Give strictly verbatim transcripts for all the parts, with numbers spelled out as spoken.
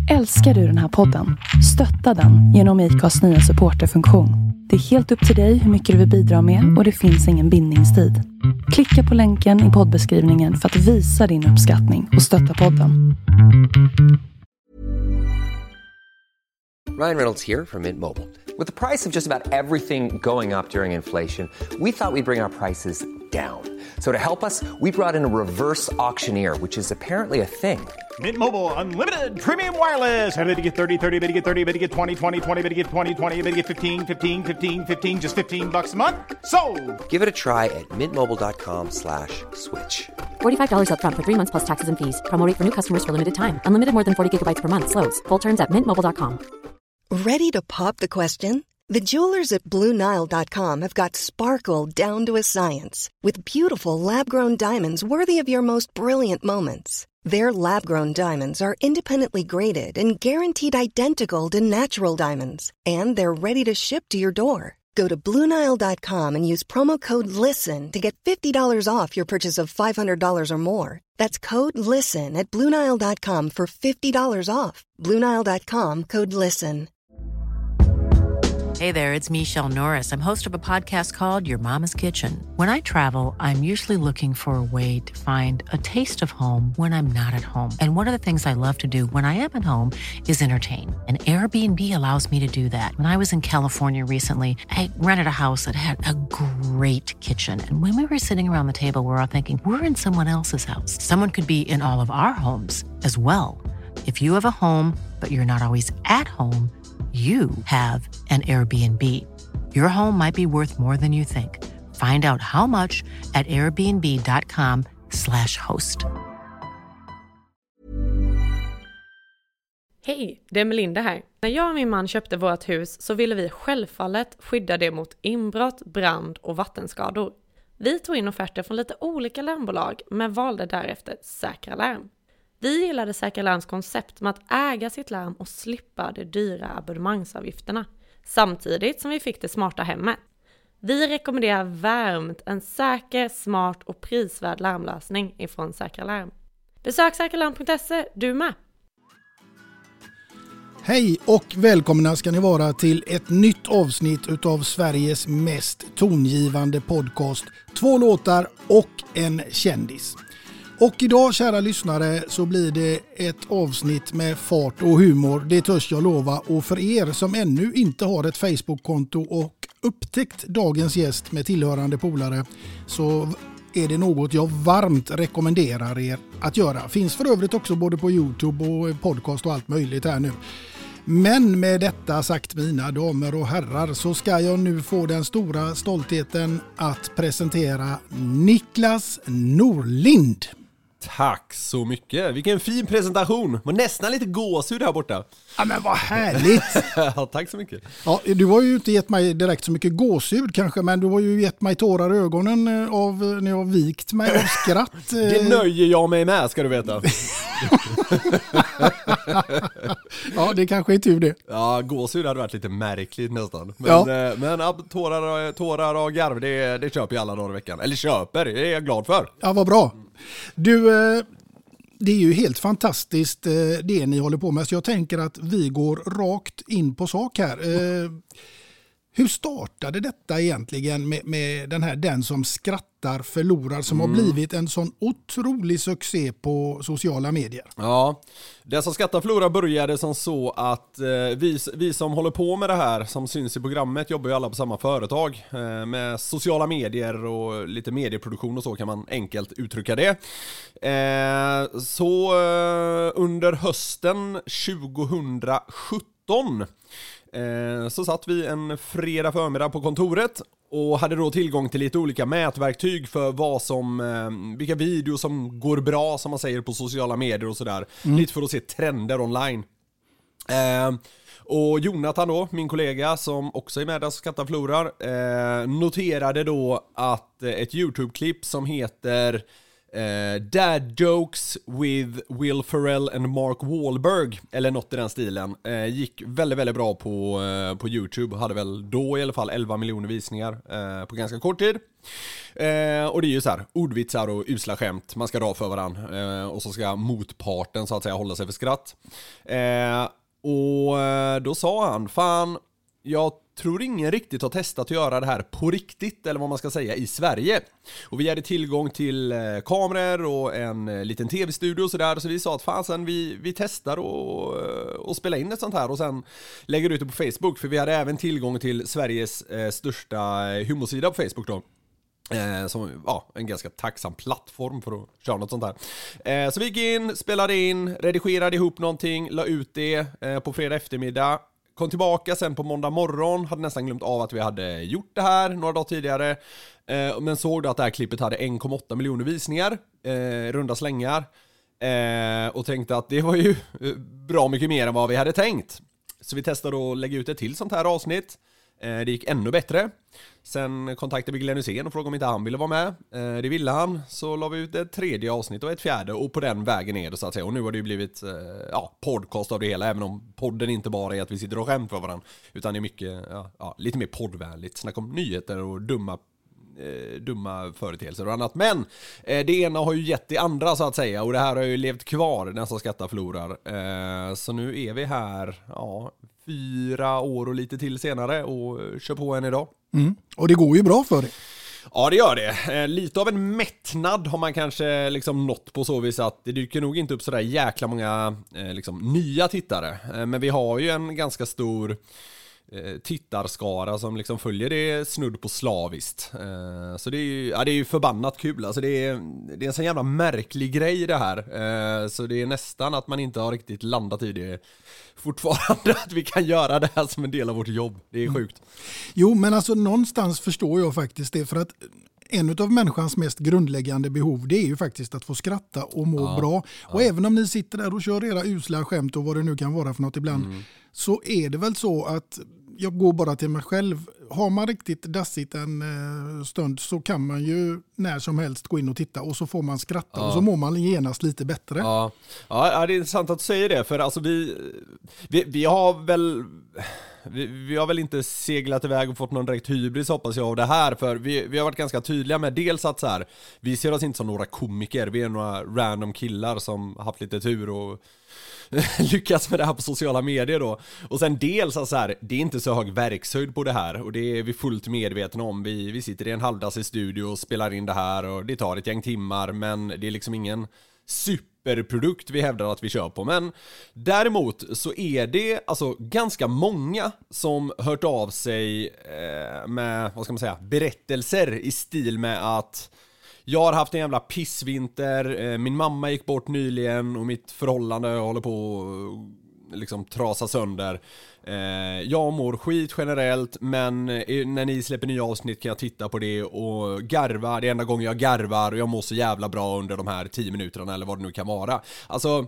Älskar du den här podden? Stötta den genom I C A:s nya supporterfunktion. Det är helt upp till dig hur mycket du vill bidra med och det finns ingen bindningstid. Klicka på länken i poddbeskrivningen för att visa din uppskattning och stötta podden. Ryan Reynolds here from Mint Mobile. With the price of just about everything going up during inflation, we thought we'd bring our prices down. So to help us, we brought in a reverse auctioneer, which is apparently a thing. Mint Mobile Unlimited Premium Wireless. How to get thirty, thirty, how to get thirty, how to get twenty, twenty, twenty, how to get twenty, twenty, how to get fifteen, fifteen, fifteen, fifteen, just fifteen bucks a month? Sold! Give it a try at mintmobile.com slash switch. forty-five dollars up front for three months plus taxes and fees. Promo rate for new customers for limited time. Unlimited more than forty gigabytes per month. Slows full terms at mint mobile dot com. Ready to pop the question? The jewelers at Blue Nile dot com have got sparkle down to a science with beautiful lab-grown diamonds worthy of your most brilliant moments. Their lab-grown diamonds are independently graded and guaranteed identical to natural diamonds, and they're ready to ship to your door. Go to Blue Nile dot com and use promo code LISTEN to get fifty dollars off your purchase of five hundred dollars or more. That's code LISTEN at Blue Nile dot com for fifty dollars off. Blue Nile dot com, code LISTEN. Hey there, it's Michelle Norris. I'm host of a podcast called Your Mama's Kitchen. When I travel, I'm usually looking for a way to find a taste of home when I'm not at home. And one of the things I love to do when I am at home is entertain. And Airbnb allows me to do that. When I was in California recently, I rented a house that had a great kitchen. And when we were sitting around the table, we were all thinking, we're in someone else's house. Someone could be in all of our homes as well. If you have a home, but you're not always at home, you have an Airbnb. Your home might be worth more than you think. Find out how much at airbnb.com slash host. Hej, det är Melinda här. När jag och min man köpte vårt hus så ville vi självfallet skydda det mot inbrott, brand och vattenskador. Vi tog in offerter från lite olika larmbolag men valde därefter Säkra Larm. Vi gillade Säkra Larms koncept med att äga sitt larm och slippa de dyra abonnemangsavgifterna. Samtidigt som vi fick det smarta hemmet. Vi rekommenderar varmt en säker, smart och prisvärd larmlösning ifrån Säkra Larm. Besök säkra larm punkt se, du med! Hej och välkomna ska ni vara till ett nytt avsnitt utav Sveriges mest tongivande podcast. Två låtar och en kändis. Och idag, kära lyssnare, så blir det ett avsnitt med fart och humor. Det törs jag lova. Och för er som ännu inte har ett Facebook-konto och upptäckt dagens gäst med tillhörande polare så är det något jag varmt rekommenderar er att göra. Finns för övrigt också både på YouTube och podcast och allt möjligt här nu. Men med detta sagt, mina damer och herrar, så ska jag nu få den stora stoltheten att presentera Niklas Norlind. Tack så mycket. Vilken fin presentation. Var nästan lite gåshud här borta. Ja, men vad härligt. Ja, tack så mycket. Ja, du har ju inte gett mig direkt så mycket gåshud kanske, men du har ju gett mig tårar i ögonen av när jag har vikt mig av skratt. Det nöjer jag mig med, ska du veta. Ja, det kanske är tur det. Ja, gåshud hade varit lite märkligt nästan. Men, ja. men ja, tårar, tårar och garv, det, det köper jag alla dagar i veckan. Eller köper, det är jag glad för. Ja, vad bra. Du, det är ju helt fantastiskt det ni håller på med. Så jag tänker att vi går rakt in på sak här. Hur startade detta egentligen med, med den här Den som skrattar förlorar som mm. har blivit en sån otrolig succé på sociala medier? Ja, Den som skrattar förlorar började som så att eh, vi, vi som håller på med det här som syns i programmet jobbar ju alla på samma företag eh, med sociala medier och lite medieproduktion och så kan man enkelt uttrycka det. Eh, så eh, under hösten tjugosjutton Eh, så satt vi en fredag förmiddag på kontoret och hade då tillgång till lite olika mätverktyg för vad som, eh, vilka videos som går bra som man säger på sociala medier och sådär. Mm. Lite för att se trender online. Eh, och Jonathan då, min kollega som också är med där som skrattar förlorar, eh, noterade då att ett YouTube-klipp som heter eh, Dad Jokes with Will Ferrell and Mark Wahlberg, eller något i den stilen. Eh, gick väldigt, väldigt bra på, eh, på YouTube. Hade väl då i alla fall elva miljoner visningar eh, på ganska kort tid. Eh, och det är ju så här, ordvitsar och usla skämt man ska dra för varandra. Eh, och så ska motparten så att säga hålla sig för skratt. Eh, och eh, då sa han, fan, jag tror ingen riktigt har testat att göra det här på riktigt, eller vad man ska säga, i Sverige. Och vi hade tillgång till eh, kameror och en eh, liten tv-studio och sådär, så vi sa att fan, sen vi, vi testar och, och spela in ett sånt här och sen lägger ut det på Facebook, för vi hade även tillgång till Sveriges eh, största humorsida på Facebook då. Eh, som, ja, en ganska tacksam plattform för att köra något sånt här. Eh, så vi gick in, spelade in, redigerade ihop någonting, la ut det eh, på fredag eftermiddag. Kom tillbaka sen på måndag morgon, hade nästan glömt av att vi hade gjort det här några dagar tidigare. Eh, men såg då att det här klippet hade en komma åtta miljoner visningar, eh, runda slängar. Eh, och tänkte att det var ju bra mycket mer än vad vi hade tänkt. Så vi testade att lägga ut ett till sånt här avsnitt. Eh, det gick ännu bättre. Sen kontaktade vi Glenn Hussein och frågade om inte han ville vara med. Eh, det ville han. Så la vi ut ett tredje avsnitt och ett fjärde. Och på den vägen är det så att säga. Och nu har det ju blivit eh, ja, podcast av det hela. Även om podden inte bara är att vi sitter och skämt för varandra. Utan det är mycket, ja, ja, lite mer poddvänligt. Snack om nyheter och dumma eh, dumma företeelser och annat. Men eh, det ena har ju gett det andra så att säga. Och det här har ju levt kvar, den som skattar förlorar. Eh, så nu är vi här, ja, fyra år och lite till senare och kör på en idag. Mm. Och det går ju bra för dig. Ja, det gör det. Eh, lite av en mättnad har man kanske liksom nått på så vis att det dyker nog inte upp sådär jäkla många eh, liksom, nya tittare. Eh, men vi har ju en ganska stor eh, tittarskara som liksom följer det snudd på slaviskt. Eh, så det är ju, ja, det är ju förbannat kul. Alltså det är, det är en sån jävla märklig grej det här. Eh, så det är nästan att man inte har riktigt landat i det fortfarande, att vi kan göra det här som en del av vårt jobb. Det är sjukt. Mm. Jo, men alltså någonstans förstår jag faktiskt det, för att en av människans mest grundläggande behov, det är ju faktiskt att få skratta och må ja, bra. Och ja. Även om ni sitter där och kör era usla skämt och vad det nu kan vara för något ibland, mm. så är det väl så att jag går bara till mig själv. Har man riktigt dassigt en eh, stund så kan man ju när som helst gå in och titta och så får man skratta ja. Och så mår man genast lite bättre. Ja, ja, det är sant att du säger det, för alltså vi, vi, vi har väl vi, vi har väl inte seglat iväg och fått någon direkt hybris, hoppas jag, av det här, för vi, vi har varit ganska tydliga med dels att så här, vi ser oss inte som några komiker, vi är några random killar som haft lite tur och lyckas med det här på sociala medier då. Och sen dels så här, det är inte så hög verkshöjd på det här, och det är vi fullt medvetna om. Vi, vi sitter i en halvdassig studio och spelar in det här, och det tar ett gäng timmar, men det är liksom ingen superprodukt vi hävdar att vi kör på. Men däremot så är det alltså ganska många som hört av sig eh, med, vad ska man säga, berättelser i stil med att jag har haft en jävla pissvinter, min mamma gick bort nyligen och mitt förhållande håller på att liksom trasa sönder. Jag mår skit generellt, men när ni släpper nya avsnitt kan jag titta på det och garva. Det är enda gången jag garvar och jag mår så jävla bra under de här tio minuterna eller vad det nu kan vara. Alltså,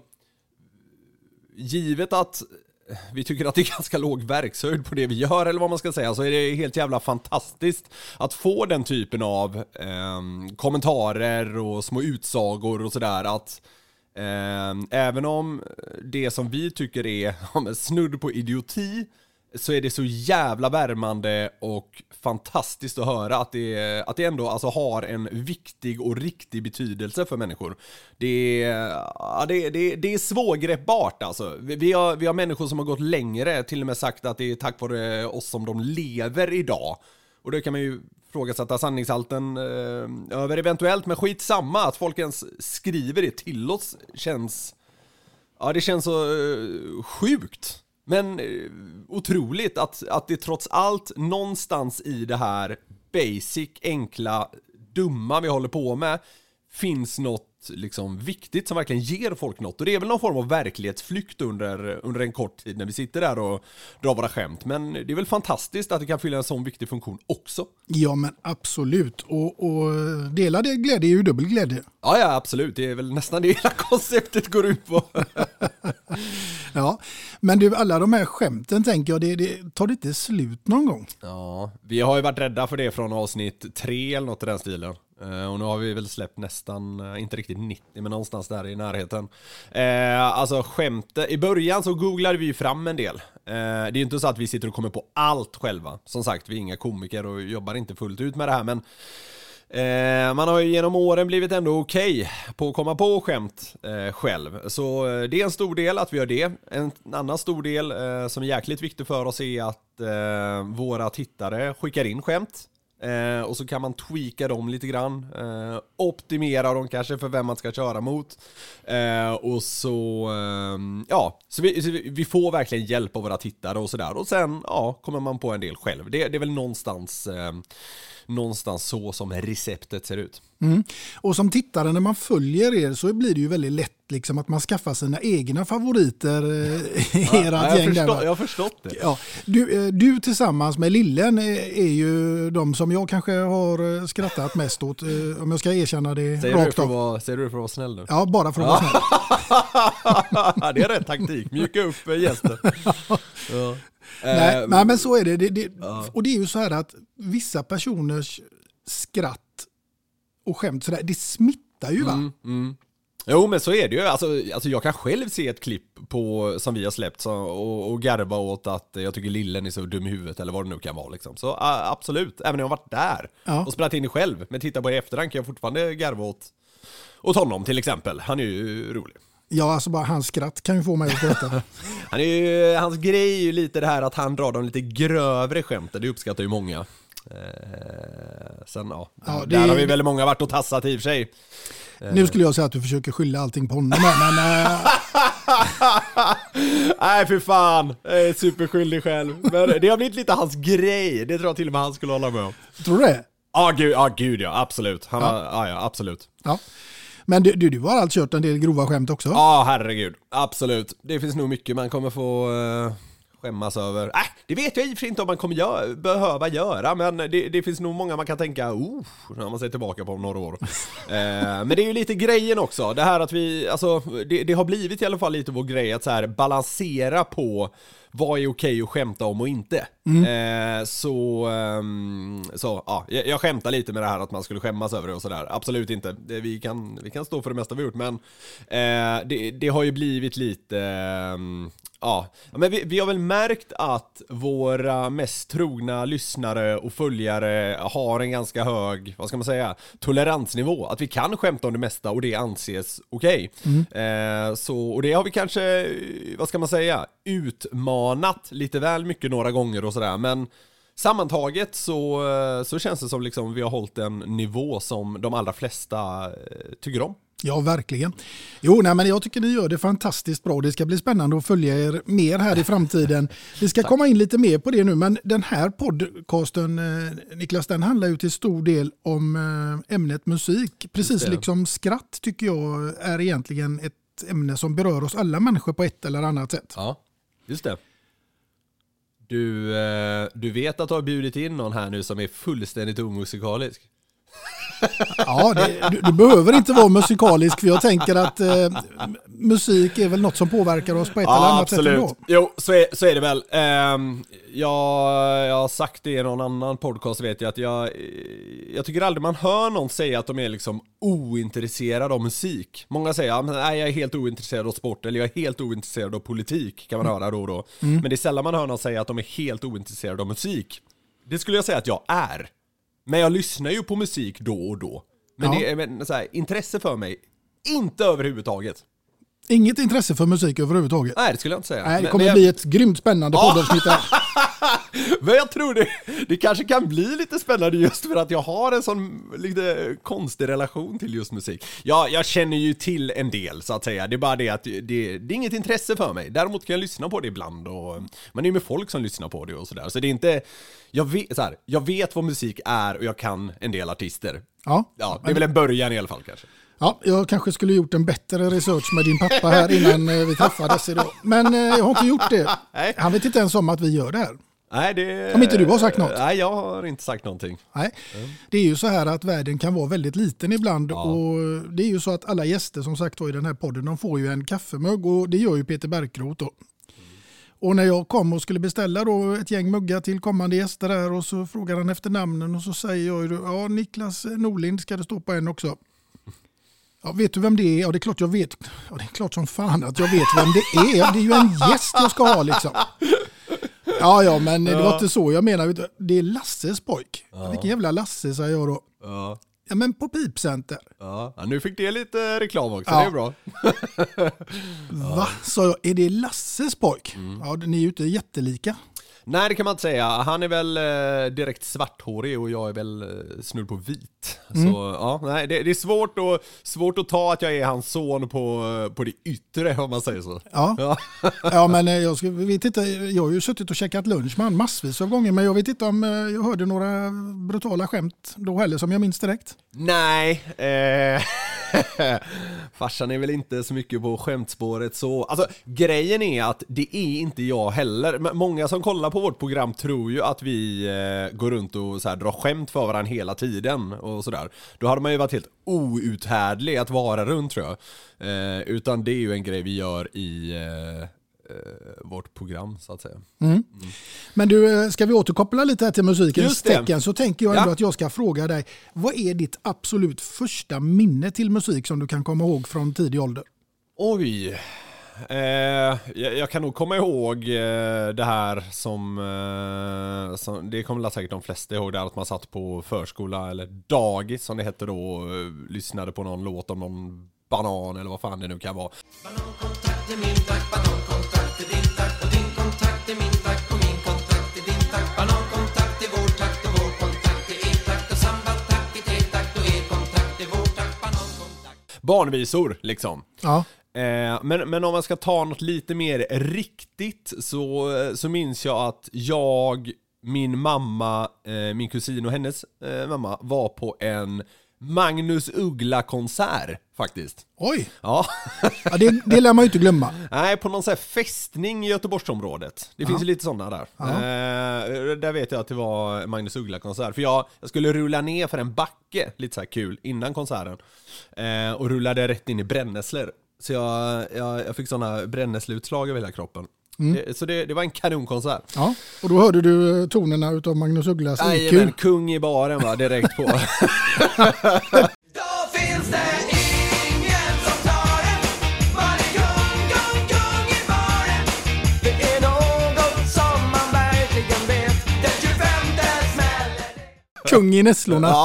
givet att vi tycker att det är ganska låg verkshöjd på det vi gör, eller vad man ska säga, så är det helt jävla fantastiskt att få den typen av eh, kommentarer och små utsagor och sådär, att eh, även om det som vi tycker är ja, snudd på idioti, så är det så jävla värmande och fantastiskt att höra att det, att det ändå alltså har en viktig och riktig betydelse för människor. Det, ja, det, det, det är svårgreppbart alltså. Vi har, vi har människor som har gått längre, till och med sagt att det är tack vare oss som de lever idag. Och då kan man ju frågasätta sanningshalten eh, över eventuellt, men skitsamma att folk ens skriver det till oss känns, ja, det känns så eh, sjukt. Men eh, otroligt att, att det trots allt någonstans i det här basic, enkla, dumma vi håller på med finns något liksom viktigt som verkligen ger folk något. Och det är väl någon form av verklighetsflykt under, under en kort tid när vi sitter där och drar våra skämt. Men det är väl fantastiskt att det kan fylla en sån viktig funktion också. Ja, men absolut. Och, och delad glädje är ju dubbel glädje. Ja, ja, absolut. Det är väl nästan det hela konceptet går ut på. Ja, men du, alla de här skämten tänker jag, det, det tar det inte slut någon gång? Ja, vi har ju varit rädda för det från avsnitt tre eller något i den stilen. Uh, och nu har vi väl släppt nästan, uh, inte riktigt nittio, men någonstans där i närheten. Uh, alltså skämt, i början så googlade vi fram en del. Uh, det är ju inte så att vi sitter och kommer på allt själva. Som sagt, vi är inga komiker och jobbar inte fullt ut med det här, men uh, man har ju genom åren blivit ändå okej okay på att komma på skämt uh, själv. Så uh, det är en stor del att vi gör det. En annan stor del uh, som är jäkligt viktig för oss är att uh, våra tittare skickar in skämt. Eh, och så kan man tweaka dem lite grann. Eh, optimera dem kanske för vem man ska köra mot. Eh, och så, eh, ja, så vi, så vi får verkligen hjälp av våra tittare och sådär. Och sen, ja, kommer man på en del själv. Det, det är väl någonstans, eh, någonstans så som receptet ser ut. Mm. Och som tittare när man följer er så blir det ju väldigt lätt liksom att man skaffar sina egna favoriter i ja, ert jag gäng. Förstå, där, jag har förstått det. Ja, du, du tillsammans med Lillen är ju de som jag kanske har skrattat mest åt, om jag ska erkänna det säger rakt du för av. vara, säger du för att vara snäll nu? Ja, bara för att vara snäll. Det är rätt taktik, mjuka upp gästen. Ja. Nej, eh, nej, men så är det. det, det ja. Och det är ju så här att vissa personers skratt och skämt sådär, det smittar ju va? Mm, mm. Jo, men så är det ju. Alltså, alltså jag kan själv se ett klipp på, som vi har släppt så, och, och garva åt att jag tycker Lillen är så dum i huvudet eller vad det nu kan vara. Liksom. Så uh, absolut, även om jag har varit där ja. och spelat in det själv. Men titta på i efterhand kan jag fortfarande garva åt, åt honom till exempel. Han är ju rolig. Ja, alltså bara hans skratt kan ju få mig att skratta. Han är ju, hans grej är ju lite det här att han drar de lite grövre skämten. Det uppskattar ju många. Eh, sen ja, ja det, där har vi väldigt många varit och tassat i och för sig. Nu skulle jag säga att du försöker skylla allting på honom men äh... nej för fan, jag är superskyldig själv. Men det har blivit lite hans grej. Det tror jag till och med han skulle hålla med om. Tror du det? Ja ah, gud, ah, gud ja, absolut. Han ja. Har, ah, ja, absolut. Ja. Men du, du, du har alltså kört en del grova skämt också? Ja, ah, herregud. Absolut. Det finns nog mycket man kommer få uh, skämmas över. Äh, det vet jag i och för sig inte om man kommer gö- behöva göra. Men det, det finns nog många man kan tänka oh, när man ser tillbaka på om några år. uh, men det är ju lite grejen också. Det här att vi, alltså, det, det har blivit i alla fall lite vår grej att så här, balansera på vad är okej att skämta om och inte. Mm. Eh, så, um, så ja, jag, jag skämtar lite med det här att man skulle skämmas över det och sådär. Absolut inte. Det, vi, kan, vi kan stå för det mesta vi gjort, men eh, det, det har ju blivit lite... Um, ja, men vi, vi har väl märkt att våra mest trogna lyssnare och följare har en ganska hög, vad ska man säga, toleransnivå. Att vi kan skämta om det mesta och det anses okej. Okay. Mm. Eh, så, och det har vi kanske, vad ska man säga, utmanat lite väl mycket några gånger och sådär. Men sammantaget så, så känns det som liksom vi har hållit en nivå som de allra flesta tycker om. Ja, verkligen. Jo, nej, men jag tycker ni gör det fantastiskt bra. Det ska bli spännande att följa er mer här i framtiden. Vi ska komma in lite mer på det nu, men den här podcasten, Niklas, den handlar ju till stor del om ämnet musik. Precis liksom skratt tycker jag är egentligen ett ämne som berör oss alla människor på ett eller annat sätt. Ja, just det. Du, du vet att du har bjudit in någon här nu som är fullständigt omusikalisk. Ja, det, du, du behöver inte vara musikalisk för jag tänker att eh, musik är väl något som påverkar oss på ett ja, eller annat absolut. sätt ändå. Jo, så är, så är det väl. Um, jag, jag har sagt det i någon annan podcast, vet jag, att jag, jag tycker aldrig man hör någon säga att de är liksom ointresserad av musik. Många säger att ja, jag är helt ointresserad av sport eller jag är helt ointresserad av politik, kan man höra då och då. Mm. Men det är sällan man hör någon säga att de är helt ointresserade av musik. Det skulle jag säga att jag är. Men jag lyssnar ju på musik då och då. Men ja. det är men, så här, intresse för mig, inte överhuvudtaget. Inget intresse för musik överhuvudtaget? Nej, det skulle jag inte säga. Nej, det men, kommer men bli jag... ett grymt spännande poddavsnitt här. Men jag tror det, det kanske kan bli lite spännande just för att jag har en sån lite konstig relation till just musik. Ja, jag känner ju till en del så att säga. Det är bara det att det, det är inget intresse för mig. Däremot kan jag lyssna på det ibland och man är ju med folk som lyssnar på det och sådär. Så det är inte, jag vet, så här, jag vet vad musik är och jag kan en del artister. Ja, ja det är väl en början i alla fall kanske. Ja, jag kanske skulle gjort en bättre research med din pappa här innan vi träffades idag. Men jag har inte gjort det. Han vet inte ens om att vi gör det här. Nej, det... Om inte du har sagt något. Nej, jag har inte sagt någonting. Nej, det är ju så här att världen kan vara väldigt liten ibland. Ja. Och det är ju så att alla gäster som sagt var i den här podden, de får ju en kaffemugg och det gör ju Peter Bergkrot då. Och när jag kom och skulle beställa då ett gäng muggar till kommande gäster där och så frågar han efter namnen och så säger jag ju, ja Niklas Norlind ska det stå på en också. Ja, vet du vem det är? Ja, det är klart jag vet. Ja, det är klart som fan att jag vet vem det är. Det är ju en gäst jag ska ha liksom. Ja, ja, men ja. Det var inte så jag menar. Det är Lasses pojk. Ja. Vilken jävla Lasse, säger jag då. Ja. Ja, men på Pipcenter. Ja, nu fick det lite reklam också, ja. Det är bra. Va? Så jag, är det Lasses pojk? Mm. Ja, ni är ju inte jättelika. Nej, det kan man inte säga. Han är väl eh, direkt svarthårig och jag är väl eh, snudd på vit. Mm. Så ja, nej, det, det är svårt, och, svårt att ta att jag är hans son på, på det yttre, om man säger så. Ja, ja. ja men jag ska, vet inte, jag har ju suttit och käkat lunch med han massvis av gånger, men jag vet inte om jag hörde några brutala skämt då heller som jag minns direkt. Nej, eh... farsan är väl inte så mycket på skämtspåret så. Alltså grejen är att det är inte jag heller. Många som kollar på vårt program tror ju att vi eh, går runt och så här, drar skämt för varandra hela tiden och sådär. Då hade man ju varit helt outhärdlig att vara runt, tror jag. Eh, utan det är ju en grej vi gör i eh, vårt program, så att säga. Mm. Mm. Men du, ska vi återkoppla lite här till musikens tecken, så tänker jag ändå ja. att jag ska fråga dig, vad är ditt absolut första minne till musik som du kan komma ihåg från tidig ålder? Oj, eh, jag, jag kan nog komma ihåg eh, det här som, eh, som det kommer säkert de flesta ihåg, där att man satt på förskola eller dagis som det hette då och eh, lyssnade på någon låt om någon banan eller vad fan det nu kan vara. Banankontakt är min tack, banankontakt är din tack, och din kontakt är min tack, och min kontakt är din tack. Banankontakt är vår tack, och vår kontakt är er tack, och samba-tack är er tack, och er kontakt är vår tack, banankontakt. Barnvisor, liksom. Ja. Eh, men, men om man ska ta något lite mer riktigt så, så minns jag att jag, min mamma, eh, min kusin och hennes eh, mamma var på en Magnus Uggla-konsert faktiskt. Oj! Ja. ja det, det lär man ju inte glömma. Nej, på någon sån här fästning i Göteborgsområdet. Det ja. finns ju lite sådana där. Ja. Eh, där vet jag att det var Magnus Uggla-konsert. För jag, jag skulle rulla ner för en backe, lite så här kul, innan konserten. Eh, och rullade rätt in i brännässlor. Så jag, jag, jag fick sådana brännässlutslag över hela kroppen. Mm. Det, så det, det var en kanonkonsert. Ja, och då hörde du tonerna utav Magnus Ugglas. Nej, men kung i baren va, direkt på. Då finns det ingen som tar det. Man är kung, kung, kung i baren. Det är något som man verkligen vet. Den tjugofemte smäller. Kung i nässlorna.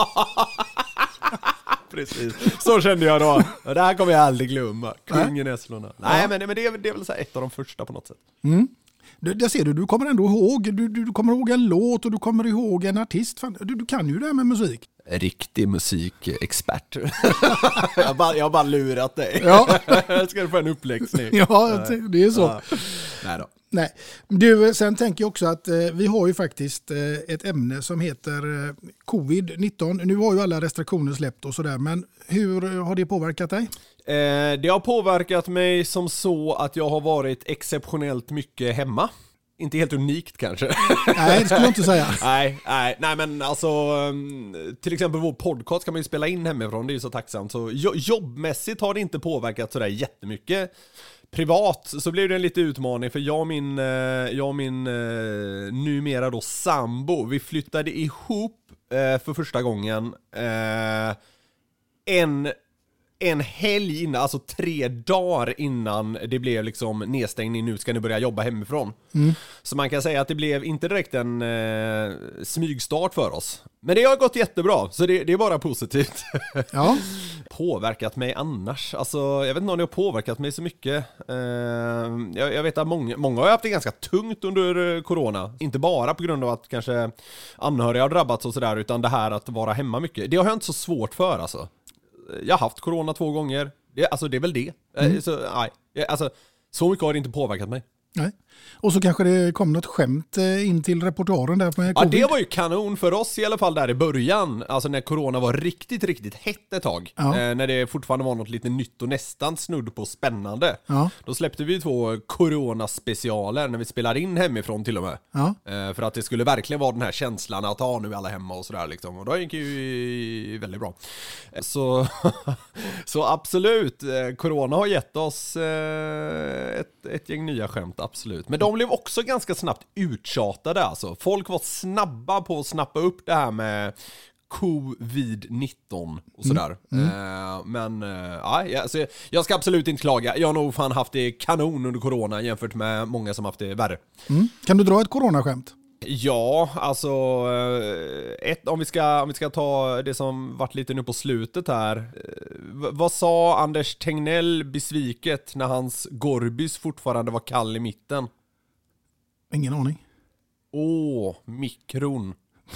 Precis, så kände jag då. Det här kommer jag aldrig glömma. Kungen i nässlorna. Nej, men, men det, är, det är väl så här ett av de första på något sätt. Mm. Det, det ser du, du kommer ändå ihåg. Du, du, du kommer ihåg en låt och du kommer ihåg en artist. Fan, du, du kan ju det här med musik. Riktig musikexpert. jag, har bara, jag har bara lurat dig. Ja. Ska du få en uppläxning? Ja, det är så. Ja. Nej då. Nej. Du, sen tänker jag också att eh, vi har ju faktiskt eh, ett ämne som heter eh, covid nitton. Nu har ju alla restriktioner släppt och sådär, men hur har det påverkat dig? Eh, det har påverkat mig som så att jag har varit exceptionellt mycket hemma. Inte helt unikt kanske. Nej, det skulle jag inte säga. nej, nej, nej, men alltså till exempel vår podcast kan man ju spela in hemifrån, det är ju så tacksamt. Så jobbmässigt har det inte påverkat sådär jättemycket. Privat så blev det en lite utmaning för jag och min, jag och min numera då sambo, vi flyttade ihop för första gången en en helg innan, alltså tre dagar innan det blev liksom nedstängning, nu ska ni börja jobba hemifrån. Mm. Så man kan säga att det blev inte direkt en eh, smygstart för oss. Men det har gått jättebra, så det, det är bara positivt. Ja. Påverkat mig annars. Alltså, jag vet inte om det har påverkat mig så mycket. Eh, jag, jag vet att många, många har haft det ganska tungt under corona. Inte bara på grund av att kanske anhöriga har drabbats och sådär, utan det här att vara hemma mycket. Det har jag inte så svårt för alltså. Jag har haft corona två gånger. Det, alltså det är väl det. Mm. Så, nej. Alltså, så mycket har det inte påverkat mig. Nej. Och så kanske det kom något skämt in till repertoaren där på ja, covid. Det var ju kanon för oss i alla fall där i början. Alltså när corona var riktigt, riktigt hett ett tag. Ja. Eh, när det fortfarande var något lite nytt och nästan snudd på spännande. Ja. Då släppte vi två corona-specialer när vi spelade in hemifrån till och med. Ja. Eh, för att det skulle verkligen vara den här känslan att ha nu alla hemma och sådär liksom. Och då gick ju väldigt bra. Eh, så, så absolut, eh, corona har gett oss eh, ett, ett gäng nya skämt absolut. Men de blev också ganska snabbt uttjatade alltså. Folk var snabba på att snappa upp det här med covid nitton och sådär. Mm. Mm. Men ja, alltså, jag ska absolut inte klaga. Jag har nog fan haft det kanon under corona jämfört med många som haft det värre. Mm. Kan du dra ett coronaskämt? Ja, alltså ett, om, vi ska, om vi ska ta det som varit lite nu på slutet här. Vad sa Anders Tegnell besviket när hans Gorbis fortfarande var kall i mitten? Ingen aning. Åh, mikron.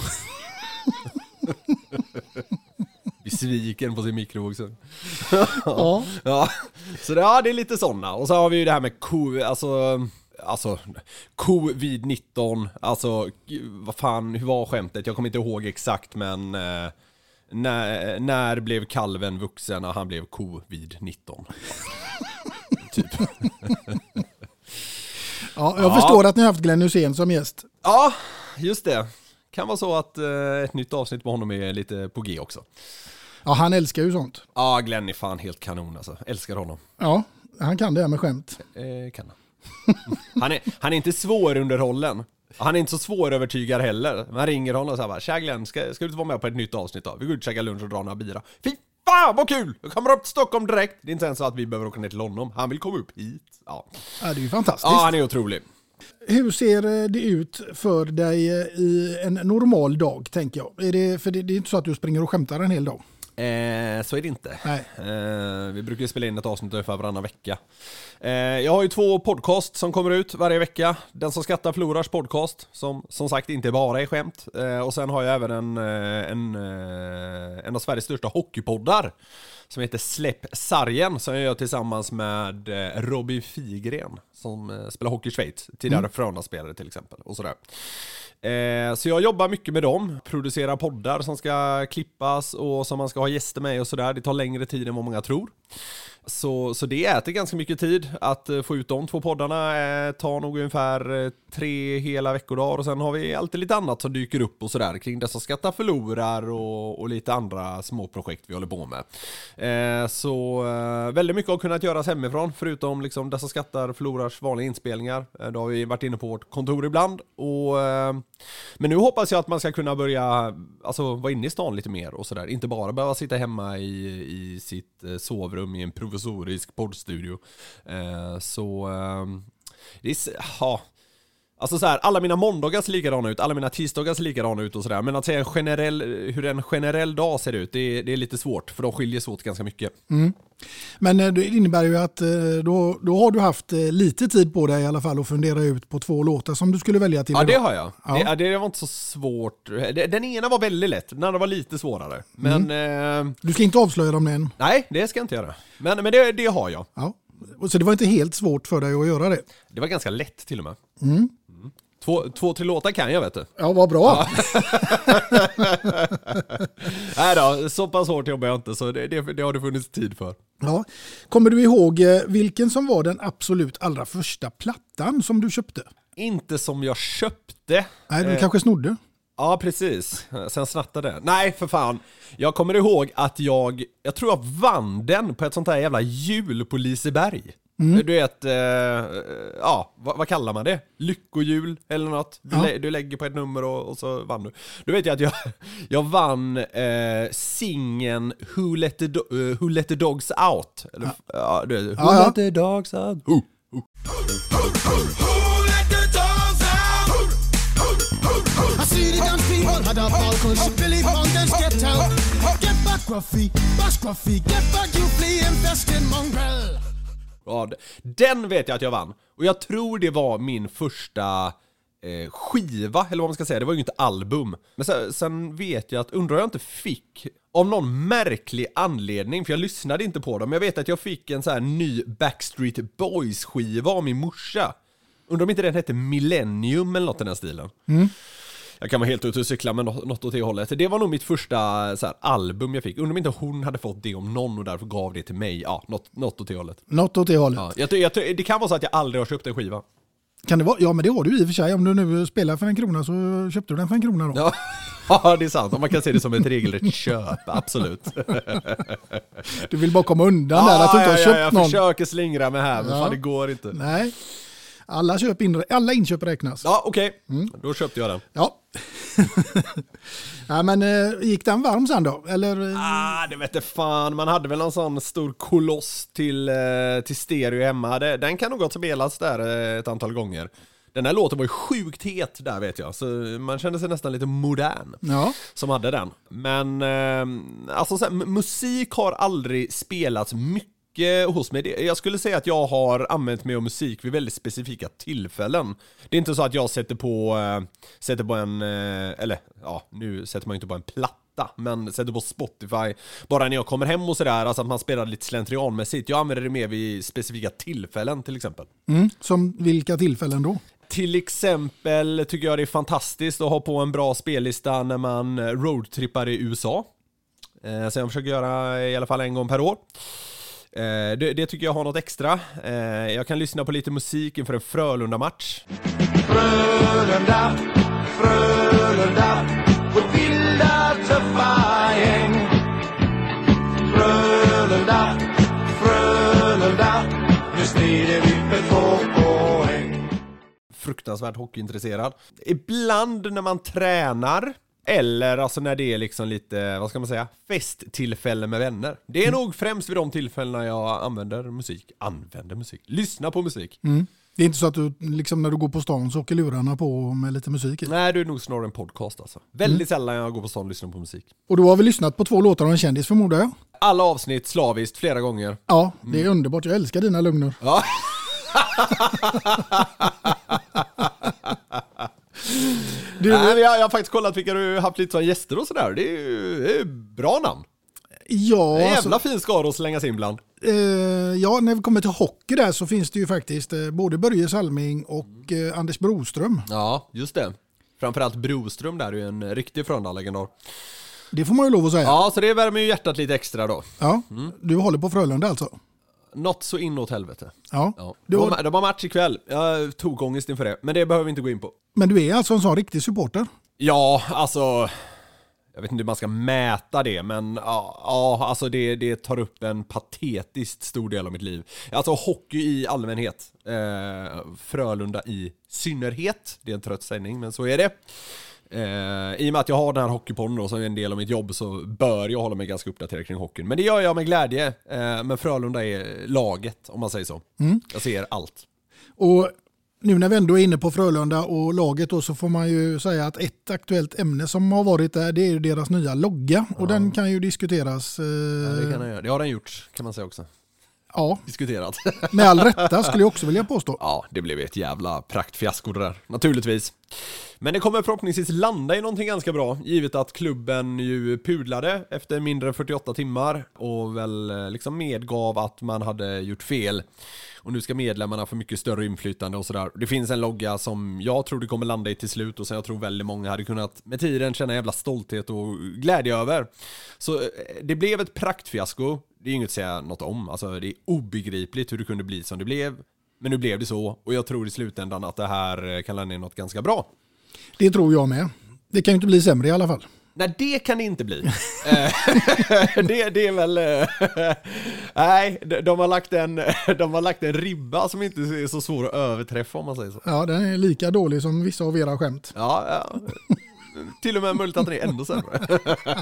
Besviken på sin mikro också. Ja. Ja. Så det, ja, det är lite sådana. Och så har vi ju det här med ko, alltså, alltså covid nitton. Alltså, vad fan, hur var skämtet? Jag kommer inte ihåg exakt, men eh, när, när blev kalven vuxen och han blev covid nitton? Typ. Ja, jag ja. förstår att ni har haft Glenn Hussein som gäst. Ja, just det. Kan vara så att eh, ett nytt avsnitt med honom är lite på G också. Ja, han älskar ju sånt. Ja, Glenn är fan helt kanon alltså. Älskar honom. Ja, han kan det här med skämt. Eh, kan han. han, är, han är inte svårunderhållen. Han är inte så svårövertygad heller. Man ringer honom och säger bara, tja Glenn, ska, ska du inte vara med på ett nytt avsnitt då? Vi går ut och käka lunch och dra några bira. Fy fan vad kul! Jag kommer upp till Stockholm direkt. Det är inte ens så att vi behöver åka ner till honom. Han vill komma upp hit. Ja, ja det är ju fantastiskt. Ja, han är otrolig. Hur ser det ut för dig i en normal dag, tänker jag? Är det, för det, det är inte så att du springer och skämtar en hel dag. Eh, så är det inte. Nej. Eh, vi brukar spela in ett avsnitt ungefär varannan vecka. Eh, jag har ju två podcast som kommer ut varje vecka. Den som skrattar förlorars podcast, som som sagt inte bara är skämt. Eh, och sen har jag även en, en, en av Sveriges största hockeypoddar som heter Släpp sargen, som jag gör tillsammans med Robin Figren som spelar hockey i Schweiz, tidigare mm. Frölunda-spelare till exempel och sådär. Eh, så jag jobbar mycket med dem, producerar poddar som ska klippas och som man ska ha gäster med och sådär. Det tar längre tid än vad många tror. Så, så det äter ganska mycket tid att få ut de två poddarna. Eh, tar nog ungefär tre hela veckodagar och sen har vi alltid lite annat som dyker upp och sådär kring dessa skatta förlorar och, och lite andra små projekt vi håller på med. Eh, så eh, väldigt mycket har kunnat göras hemifrån förutom liksom dessa skattar förlorars vanliga inspelningar. Eh, då har vi varit inne på vårt kontor ibland och eh, men nu hoppas jag att man ska kunna börja alltså vara inne i stan lite mer och sådär. Inte bara behöva sitta hemma i, i sitt eh, sovrum i en provisorisk poddstudio. Eh, så eh, det är ja, alltså så här, alla mina måndagar ser likadana ut, alla mina tisdagar ser likadana ut och sådär. Men att säga en generell, hur en generell dag ser ut, det är, det är lite svårt för de skiljer sig åt ganska mycket. Mm. Men det innebär ju att då, då har du haft lite tid på dig i alla fall att fundera ut på två låtar som du skulle välja till. Ja, idag. det har jag. Ja. Det, det var inte så svårt. Den ena var väldigt lätt, den andra var lite svårare. Men, mm. eh, du ska inte avslöja dem än. Nej, det ska jag inte göra. Men, men det, det har jag. Ja. Så det var inte helt svårt för dig att göra det? Det var ganska lätt till och med. Mm. Mm. Två, två, tre låtar kan jag, vet du. Ja, vad bra. Ja. Nej då, så pass hårt jobbar jag inte, så det, det, det har det funnits tid för. Ja. Kommer du ihåg vilken som var den absolut allra första plattan som du köpte? Inte som jag köpte. Nej, du eh, kanske snodde. Ja, precis. Sen snattade. Nej, för fan. Jag kommer ihåg att jag, jag tror jag vann den på ett sånt här jävla jul på Liseberg. Mm. Du vet, eh, ja, vad, vad kallar man det? Lyckohjul eller något. Du, ja. lä- du lägger på ett nummer och, och så vann du. Du vet jag att jag, jag vann eh, singen Who Let the, Do- uh, Who Let the Dogs Out. Eller, ja. Ja, du vet, Who ja, Let the Dogs Out. Who, who. I see the dance people had a ball cause Billy Fountains get out. Get back Gruffy, bash Gruffy, get back you flea infested mongrel. Ja, den vet jag att jag vann. Och jag tror det var min första eh, skiva, eller vad man ska säga. Det var ju inte album. Men sen, sen vet jag att, undrar jag inte fick, av någon märklig anledning, för jag lyssnade inte på dem. Jag vet att jag fick en så här ny Backstreet Boys skiva av min morsa. Undrar om inte den hette Millennium eller något i den här stilen. Mm. Jag kan vara helt ute och cykla med något åt det hållet. Det var nog mitt första så här, album jag fick. Undrar om inte hon hade fått det om någon och därför gav det till mig. Ja, något, något åt det hållet. Något åt det hållet. Ja, jag, jag, det kan vara så att jag aldrig har köpt en skiva. Kan det vara? Ja, men det har du i och för sig. Om du nu spelar för en krona så köpte du den för en krona då. Ja, ja det är sant. Man kan se det som ett regelrätt köp, absolut. Du vill bara komma undan ja, där att du inte ja, har ja, köpt jag någon. Jag försöker slingra mig här, men ja. fan det går inte. Nej. Alla, köp in, alla inköp räknas. Ja, okej. Okay. Mm. Då köpte jag den. Ja. Ja, men gick den varm sen då? Eller? Ah, det vet jag fan. Man hade väl en sån stor koloss till, till stereo hemma. Den kan nog gott spelas där ett antal gånger. Den här låten var ju sjukt het där, vet jag. Så man kände sig nästan lite modern ja. som hade den. Men eh, alltså så här, musik har aldrig spelats mycket hos mig. Jag skulle säga att jag har använt mig av musik vid väldigt specifika tillfällen. Det är inte så att jag sätter på eh, sätter på en eh, eller ja, nu sätter man ju inte på en platta, men sätter på Spotify bara när jag kommer hem och sådär, alltså att man spelar lite slentrianmässigt. Jag använder det mer vid specifika tillfällen till exempel. Mm, som vilka tillfällen då? Till exempel tycker jag det är fantastiskt att ha på en bra spellista när man roadtrippar i U S A. Eh, så jag försöker göra i alla fall en gång per år. Eh, det, det tycker jag har något extra. Eh, jag kan lyssna på lite musik inför en Frölunda-match. Frölunda, Frölunda, vårt vilda tuffa gäng. Frölunda, Frölunda, nu strider vi för två poäng. Fruktansvärt hockeyintresserad. Ibland när man tränar eller alltså när det är liksom lite, vad ska man säga, festtillfällen med vänner. Det är mm. nog främst vid de tillfällena jag använder musik. Använder musik. Lyssna på musik. Mm. Det är inte så att du liksom när du går på stan så åker lurarna på med lite musik i? Nej, du är nog snarare en podcast alltså. Väldigt mm. sällan jag går på stan och lyssnar på musik. Och du har väl lyssnat på två låtar av en kändis förmodar jag? Alla avsnitt slaviskt flera gånger. Ja, det är mm. underbart. Jag älskar dina lögner. Ja. Du, Nej, jag, jag har faktiskt kollat vilka du har haft lite som gäster och sådär. Det är ju det är bra namn. Ja, det är jävla alltså, fin skara att slänga sig in bland. Eh, ja, när vi kommer till hockey där så finns det ju faktiskt eh, både Börje Salming och eh, Anders Broström. Ja, just det. Framförallt Broström där är ju en riktig Frölunda-legendar. Det får man ju lov att säga. Ja, så det värmer ju hjärtat lite extra då. Ja, mm. Du håller på Frölunda alltså? Något så inåt helvete. Ja. ja. De, har, de har match ikväll. Jag tog ångest inför det. Men det behöver vi inte gå in på. Men du är alltså en sån riktig supporter? Ja, alltså... Jag vet inte hur man ska mäta det, men ja, ja alltså det, det tar upp en patetiskt stor del av mitt liv. Alltså hockey i allmänhet. Eh, Frölunda i synnerhet. Det är en trött sägning, men så är det. Eh, I och med att jag har den här hockeypodden då, som är en del av mitt jobb, så bör jag hålla mig ganska uppdaterad kring hockeyn. Men det gör jag med glädje. Eh, men Frölunda är laget, om man säger så. Mm. Jag ser allt. Och nu när vi ändå är inne på Frölunda och laget då, så får man ju säga att ett aktuellt ämne som har varit där, det är ju deras nya logga. Och ja. Den kan ju diskuteras. Eh... Ja, det kan den göra. Det har den gjort, kan man säga också. Ja. Diskuterat. Med all rätta skulle jag också vilja påstå. Ja, det blev ett jävla praktfiasko det där. Naturligtvis. Men det kommer förhoppningsvis landa i någonting ganska bra, givet att klubben ju pudlade efter mindre än fyrtioåtta timmar och väl liksom medgav att man hade gjort fel. Och nu ska medlemmarna få mycket större inflytande och sådär. Det finns en logga som jag tror det kommer landa i till slut och som jag tror väldigt många hade kunnat med tiden känna jävla stolthet och glädje över. Så det blev ett praktfiasko. Det är inget att säga något om. Alltså det är obegripligt hur det kunde bli som det blev. Men nu blev det så och jag tror i slutändan att det här kan landa i något ganska bra. Det tror jag med. Det kan ju inte bli sämre i alla fall. Nej, det kan det inte bli. det, det är väl... Nej, de har, lagt en, de har lagt en ribba som inte är så svår att överträffa, om man säger så. Ja, den är lika dålig som vissa av era skämt. Ja, ja. Till och med möjligt att den är ändå sämre.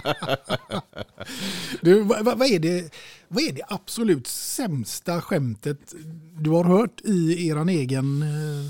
Du, vad, vad, är det, vad är det absolut sämsta skämtet du har hört i eran egen...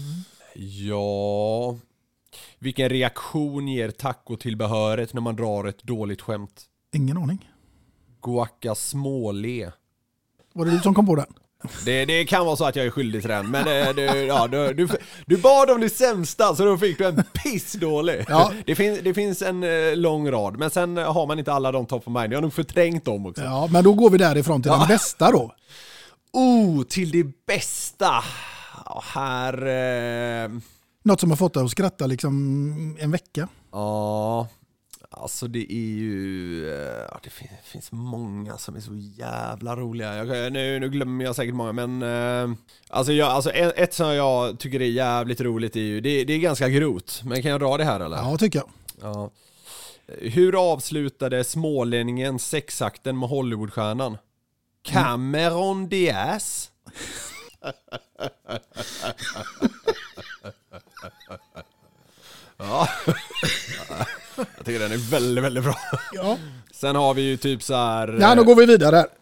Ja... Vilken reaktion ger tacotillbehöret när man drar ett dåligt skämt? Ingen aning. Guacamole. Var det du som kom på den? Det, det kan vara så att jag är skyldig till den. Men det, det, ja, du, du, du bad om det sämsta, så då fick du en pissdålig. Ja. Det, fin, det finns en eh, lång rad. Men sen har man inte alla de top of mind. Jag har nog förträngt dem också. Ja, men då går vi därifrån till ja. Den bästa då. Oh, till det bästa. Ja, här... Eh... Något som har fått dig att skratta liksom en vecka. Ja, alltså det är ju... Ja, det finns, det finns många som är så jävla roliga. Jag, nu, nu glömmer jag säkert många, men... Eh, alltså, jag, alltså ett som jag tycker är jävligt roligt är ju... Det, det är ganska grot, men kan jag dra det här eller? Ja, tycker jag. Ja. Hur avslutade smålänningen sexakten med Hollywoodstjärnan? Cameron Diaz. Ja. Jag tycker den är väldigt, väldigt bra. Ja. Sen har vi ju typ så här... Ja, då går vi vidare här.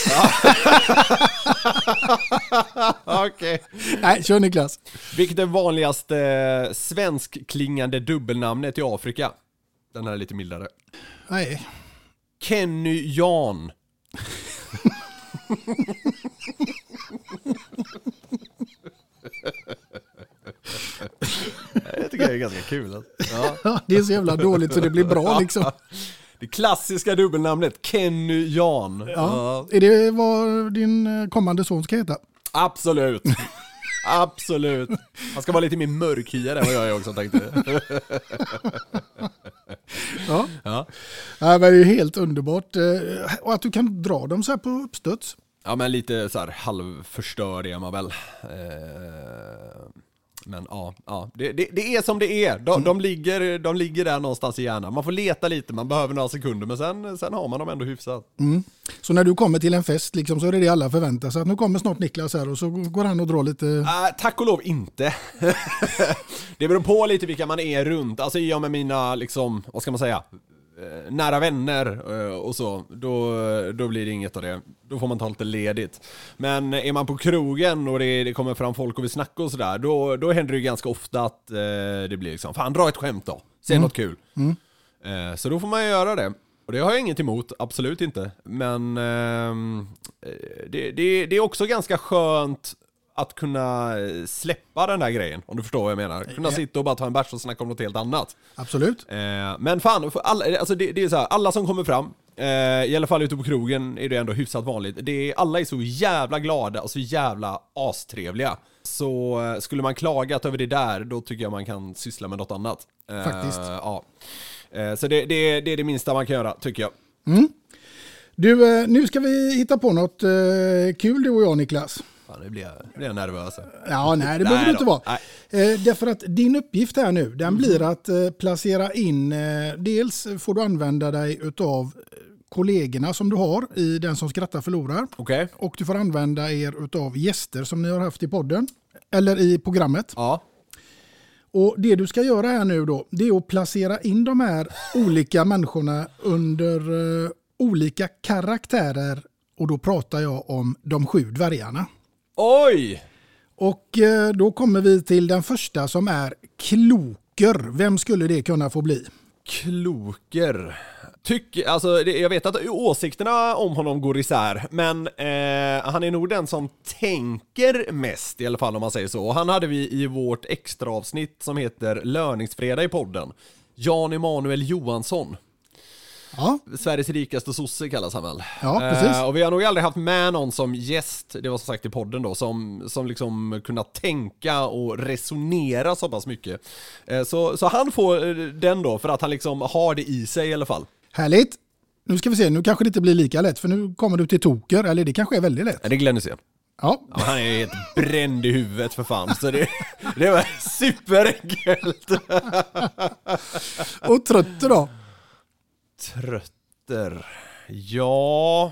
Okej. Nej, kör Niklas. Vilket är vanligaste svenskklingande dubbelnamnet i Afrika? Den här är lite mildare. Nej. Kenny Jan. Jag tycker det är ganska kul. Alltså. Ja. Det är så jävla dåligt så det blir bra liksom. Det klassiska dubbelnamnet Kenny Jan. Ja. Ja. Är det vad din kommande son ska heta? Absolut. Absolut. Han ska vara lite mer mörkhyad än vad jag är också, tänkte. Ja. Ja. Ja, men det är ju helt underbart. Och att du kan dra dem så här på uppstöds. Ja, men lite så här halvförstörd är man väl. Men ja, ja. Det, det, det är som det är. De, mm. de, ligger, de ligger där någonstans i hjärnan. Man får leta lite, man behöver några sekunder. Men sen, sen har man dem ändå hyfsat. Mm. Så när du kommer till en fest liksom, så är det det alla förväntar sig. Att nu kommer snart Niklas här och så går han och drar lite... Äh, tack och lov inte. Det beror på lite vilka man är runt. Alltså jag med mina, liksom, vad ska man säga... nära vänner och så, då, då blir det inget av det. Då får man ta lite ledigt. Men är man på krogen och det, det kommer fram folk och vi snackar och sådär, då, då händer det ju ganska ofta att eh, det blir liksom, fan dra ett skämt då, säg mm. något kul. Mm. Eh, så då får man göra det. Och det har jag inget emot, absolut inte. Men eh, det, det, det är också ganska skönt att kunna släppa den där grejen, om du förstår vad jag menar. Kunna sitta och bara ta en bärs och snacka om något helt annat. Absolut. Eh, men fan, för alla, alltså det, det är så här, alla som kommer fram, eh, i alla fall ute på krogen är det ändå hyfsat vanligt. Det är, alla är så jävla glada och så jävla astrevliga. Så eh, skulle man klagat över det där, då tycker jag man kan syssla med något annat. Eh, Faktiskt. Ja. Eh, så det, det, det är det minsta man kan göra, tycker jag. Mm. Du, nu ska vi hitta på något eh, kul, du och jag, Niklas. Ja, nu blir jag, blir jag nervös. Ja, nej, det behöver du inte vara. Eh, därför att din uppgift här nu, den blir att eh, placera in, eh, dels får du använda dig utav kollegorna som du har i Den som skrattar förlorar. Okay. Och du får använda er utav gäster som ni har haft i podden, eller i programmet. Ja. Och det du ska göra här nu då, det är att placera in de här olika människorna under eh, olika karaktärer. Och då pratar jag om de sju dvärgarna. Oj! Och eh, då kommer vi till den första som är Kloker. Vem skulle det kunna få bli? Kloker. Tyck, alltså, det, jag vet att åsikterna om honom går isär, men eh, han är nog den som tänker mest, i alla fall om man säger så. Och han hade vi i vårt extra avsnitt som heter Löningsfredag i podden. Jan Emanuel Johansson. Ja. Sveriges rikaste sosse kallas han väl. Ja, precis. Uh, och vi har nog aldrig haft med någon som gäst, det var som sagt i podden då, som, som liksom kunnat tänka och resonera så pass mycket. Uh, så, så han får uh, den då, för att han liksom har det i sig i alla fall. Härligt. Nu ska vi se, nu kanske det inte blir lika lätt, för nu kommer du till Toker, eller det kanske är väldigt lätt. Ja, det är Glenn Hysén. Ja. Ja, han är helt bränd i huvudet för fan, så det, det var superenkelt. Och Trötter då? Trötter. Ja.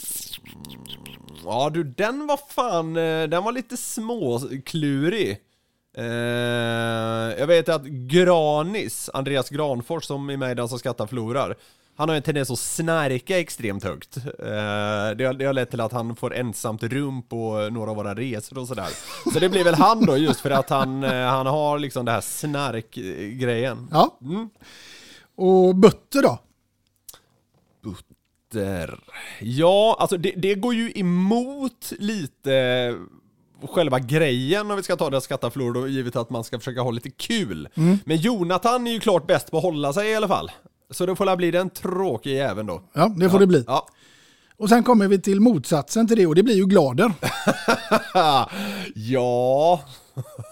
Ja du, den var fan, den var lite småklurig. Eh, jag vet att Granis, Andreas Granfors som är med i Den som skrattar förlorar, han har en tendens att snarka extremt högt. Eh, det, har, det har lett till att han får ensamt rum på några av våra resor och sådär. Så det blir väl han då, just för att han, han har liksom det här snarkgrejen. Ja. Mm. Och Butter då? Butter. Ja, alltså det, det går ju emot lite själva grejen om vi ska ta det att skatta förlor då, givet att man ska försöka ha lite kul. Mm. Men Jonathan är ju klart bäst på att hålla sig i alla fall. Så då får det bli den tråkiga även då. Ja, det får ja. det bli. Ja. Och sen kommer vi till motsatsen till det, och det blir ju Glader. Ja.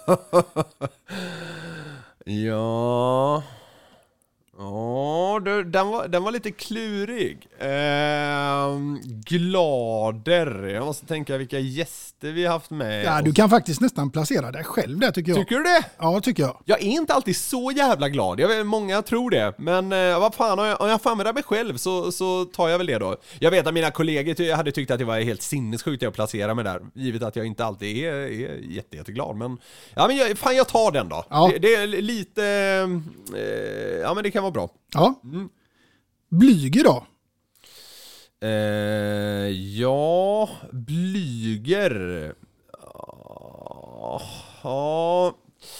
Ja. Ja, där, den, var, den var lite klurig. Eh, glader. Jag måste tänka vilka gäster vi har haft med. Ja, du kan faktiskt nästan placera dig själv där tycker jag. Tycker du det? Ja, tycker jag. Jag är inte alltid så jävla glad. Jag vet, många tror det. Men eh, vad fan, om jag, om jag får använda mig själv så, så tar jag väl det då. Jag vet att mina kollegor jag hade tyckt att det var helt sinnessjukt att placera mig där. Givet att jag inte alltid är, är jätte, jätteglad. Men, ja, men jag, fan, jag tar den då. Ja. Det, det är lite... Eh, ja, men det kan vara bra. Ja. Mm. Blyger då? Eh, ja, Blyger. Ja.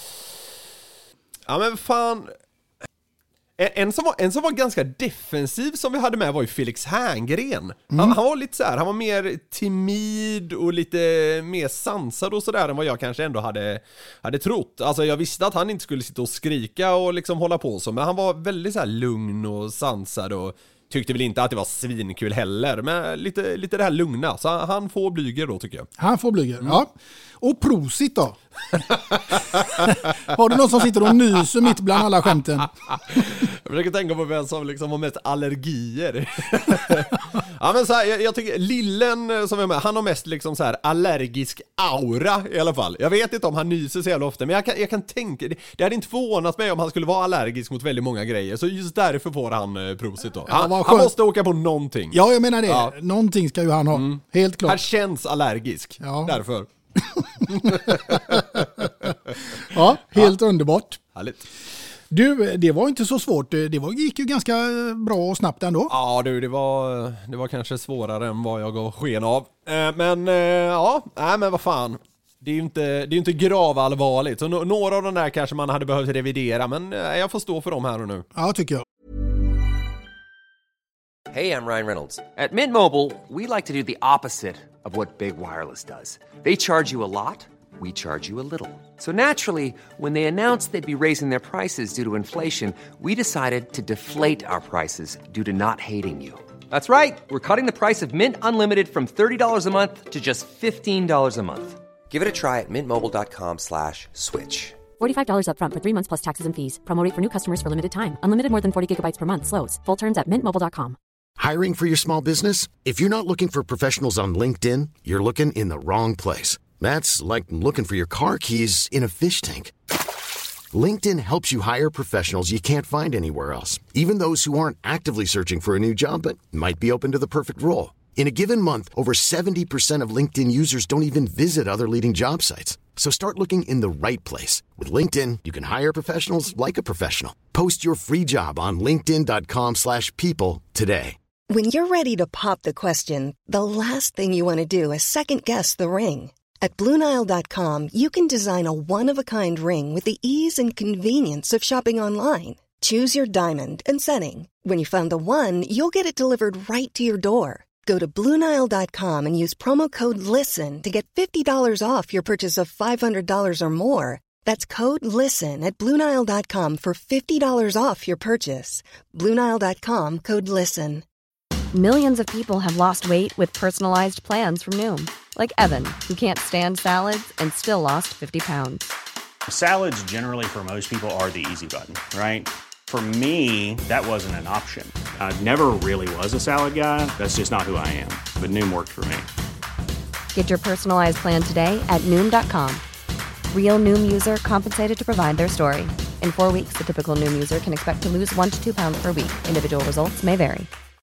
Ja, men fan. En, en, som var, en som var ganska defensiv som vi hade med var ju Felix Herngren. Mm. Han, han var lite så här, han var mer timid och lite mer sansad och sådär än vad jag kanske ändå hade, hade trott. Alltså jag visste att han inte skulle sitta och skrika och liksom hålla på så, men han var väldigt så här lugn och sansad och tyckte väl inte att det var svinkul heller, men lite, lite det här lugna. Så han får Blyger då tycker jag. Han får Blyger, mm. ja. Och Prosit då? Har du någon som sitter och nyser mitt bland alla skämten? Jag försöker tänka på vem som liksom har mest allergier. Ja, men så här, jag, jag tycker Lillen som är med, han har mest liksom så här allergisk aura i alla fall. Jag vet inte om han nyser så jävla ofta, men jag kan, jag kan tänka, det, det hade inte förvånat mig om han skulle vara allergisk mot väldigt många grejer. Så just därför får han eh, Prosit då. Han, ja, han måste åka på någonting. Ja, jag menar det. Ja. Någonting ska ju han ha. Mm. Helt klart. Han känns allergisk. Ja. Därför. Ja, helt ja. Underbart. Härligt. Du, det var inte så svårt. Det var, gick ju ganska bra och snabbt ändå. Ja, du, det var, det var kanske svårare än vad jag gav sken av. Men ja, nej, men vad fan. Det är ju inte, det är inte gravallvarligt. Så några av de där kanske man hade behövt revidera, men jag får stå för dem här och nu. Ja, tycker jag. Hey, I'm Ryan Reynolds. At Mint Mobile, we like to do the opposite of what Big Wireless does. They charge you a lot, we charge you a little. So naturally, when they announced they'd be raising their prices due to inflation, we decided to deflate our prices due to not hating you. That's right. We're cutting the price of Mint Unlimited from thirty dollars a month to just fifteen dollars a month. Give it a try at mintmobile.com slash switch. forty-five dollars up front for three months plus taxes and fees. Promo rate for new customers for limited time. Unlimited more than forty gigabytes per month. Slows full terms at mint mobile dot com. Hiring for your small business? If you're not looking for professionals on LinkedIn, you're looking in the wrong place. That's like looking for your car keys in a fish tank. LinkedIn helps you hire professionals you can't find anywhere else, even those who aren't actively searching for a new job but might be open to the perfect role. In a given month, over seventy percent of LinkedIn users don't even visit other leading job sites. So start looking in the right place. With LinkedIn, you can hire professionals like a professional. Post your free job on linkedin dot com slash people today. When you're ready to pop the question, the last thing you want to do is second-guess the ring. At Blue Nile dot com, you can design a one-of-a-kind ring with the ease and convenience of shopping online. Choose your diamond and setting. When you find the one, you'll get it delivered right to your door. Go to Blue Nile dot com and use promo code LISTEN to get fifty dollars off your purchase of five hundred dollars or more. That's code LISTEN at Blue Nile dot com for fifty dollars off your purchase. Blue Nile dot com, code LISTEN. Millions of people have lost weight with personalized plans from Noom. Like Evan, who can't stand salads and still lost fifty pounds. Salads generally for most people are the easy button, right? For me, that wasn't an option. I never really was a salad guy. That's just not who I am. But Noom worked for me. Get your personalized plan today at Noom dot com. Real Noom user compensated to provide their story. In four weeks, the typical Noom user can expect to lose one to two pounds per week. Individual results may vary.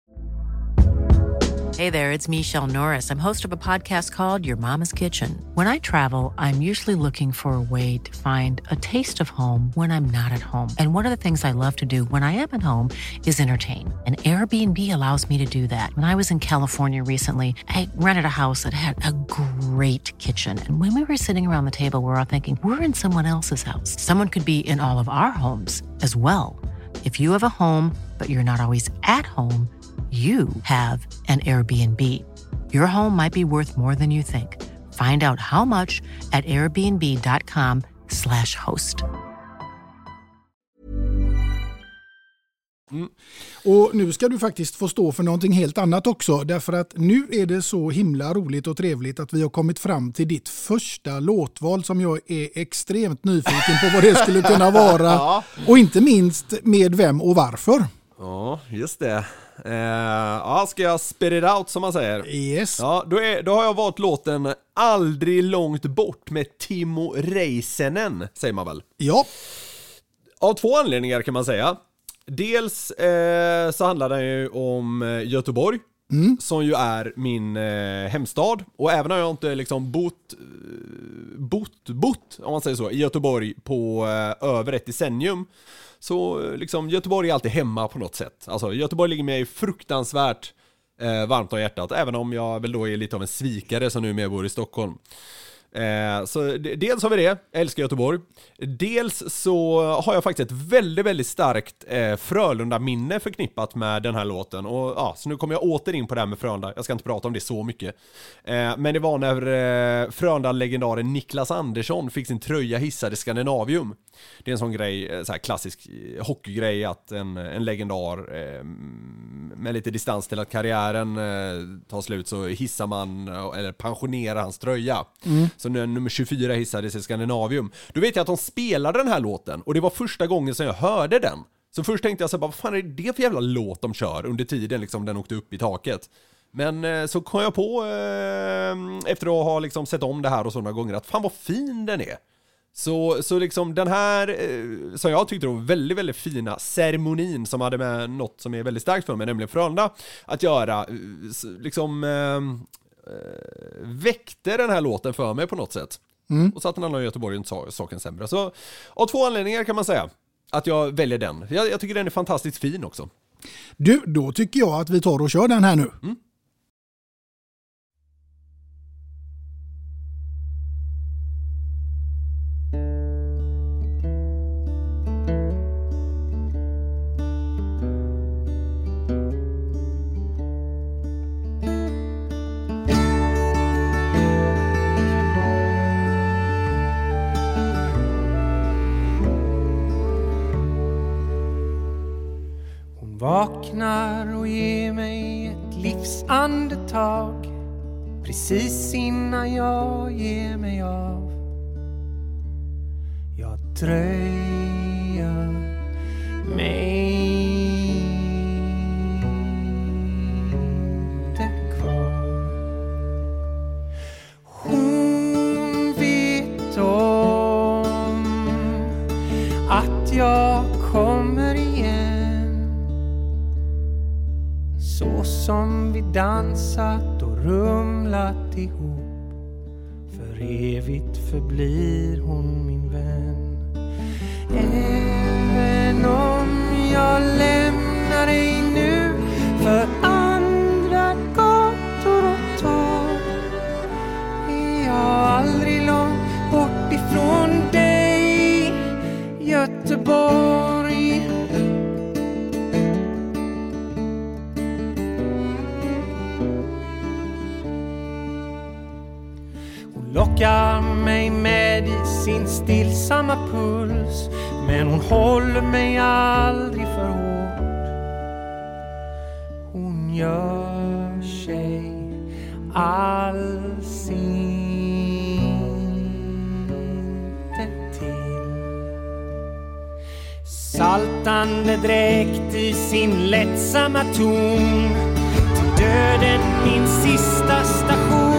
Hey there, it's Michelle Norris. I'm host of a podcast called Your Mama's Kitchen. When I travel, I'm usually looking for a way to find a taste of home when I'm not at home. And one of the things I love to do when I am at home is entertain. And Airbnb allows me to do that. When I was in California recently, I rented a house that had a great kitchen. And when we were sitting around the table, we were all thinking, we're in someone else's house. Someone could be in all of our homes as well. If you have a home, but you're not always at home, you have an Airbnb. Your home might be worth more than you think. Find out how much at airbnb dot com slash host. Mm. Och nu ska du faktiskt få stå för någonting helt annat också. Därför att nu är det så himla roligt och trevligt att vi har kommit fram till ditt första låtval som jag är extremt nyfiken på vad det skulle kunna vara. Ja. Och inte minst med vem och varför. Ja, just det. Eh, ja, ska jag spit it out som man säger? Yes. Ja, då, är, då har jag valt låten Aldrig långt bort med Timo Räisänen, säger man väl? Ja. Av två anledningar kan man säga. Dels eh, så handlar det ju om eh, Göteborg. Mm. Som ju är min eh, hemstad. Och även om jag inte liksom bott, bott, bott om man säger så, i Göteborg på eh, över ett decennium. Så liksom Göteborg är alltid hemma på något sätt. Alltså Göteborg ligger mig fruktansvärt eh, varmt om hjärtat. Även om jag väl då är lite av en svikare som nu med bor i Stockholm. Eh, så d- dels har vi det, jag älskar Göteborg. Dels så har jag faktiskt ett väldigt, väldigt starkt eh, Frölunda-minne förknippat med den här låten. Och ja, så nu kommer jag åter in på det här med Frölunda. Jag ska inte prata om det så mycket. Eh, men det var när eh, Frölunda-legendaren Niklas Andersson fick sin tröja hissad i Skandinavium. Det är en sån grej, så här klassisk hockeygrej att en, en legendar eh, med lite distans till att karriären eh, tar slut så hissar man eller pensionerar hans tröja. Mm. Så nu nummer tjugofyra hissades i Skandinavium. Då vet jag att de spelade den här låten och det var första gången som jag hörde den. Så först tänkte jag så här, vad fan är det för jävla låt de kör under tiden liksom den åkte upp i taket. Men eh, så kom jag på eh, efter att ha liksom sett om det här och sådana gånger att fan vad fin den är. Så, så liksom den här, eh, som jag tyckte var väldigt, väldigt fina ceremonin som hade med något som är väldigt starkt för mig, nämligen Frölunda, att göra, eh, liksom eh, väckte den här låten för mig på något sätt. Mm. Och så att den andra i Göteborg inte sa saken sämre. Så av två anledningar kan man säga att jag väljer den. Jag, jag tycker den är fantastiskt fin också. Du, då tycker jag att vi tar och kör den här nu. Mm. Vaknar och ger mig ett livsandetag precis innan jag ger mig av. Jag dröjer mig inte kvar. Hon vet om att jag kommer igen. Så som vi dansat och rumlat ihop. För evigt förblir hon min vän. Även om jag lämnar dig nu för andra gator och torg, är jag aldrig långt bort ifrån dig, Göteborg. Lockar mig med i sin stillsamma puls, men hon håller mig aldrig för hårt. Hon gör sig alls inte till. Saltande dräkt i sin lättsamma ton, till döden min sista station.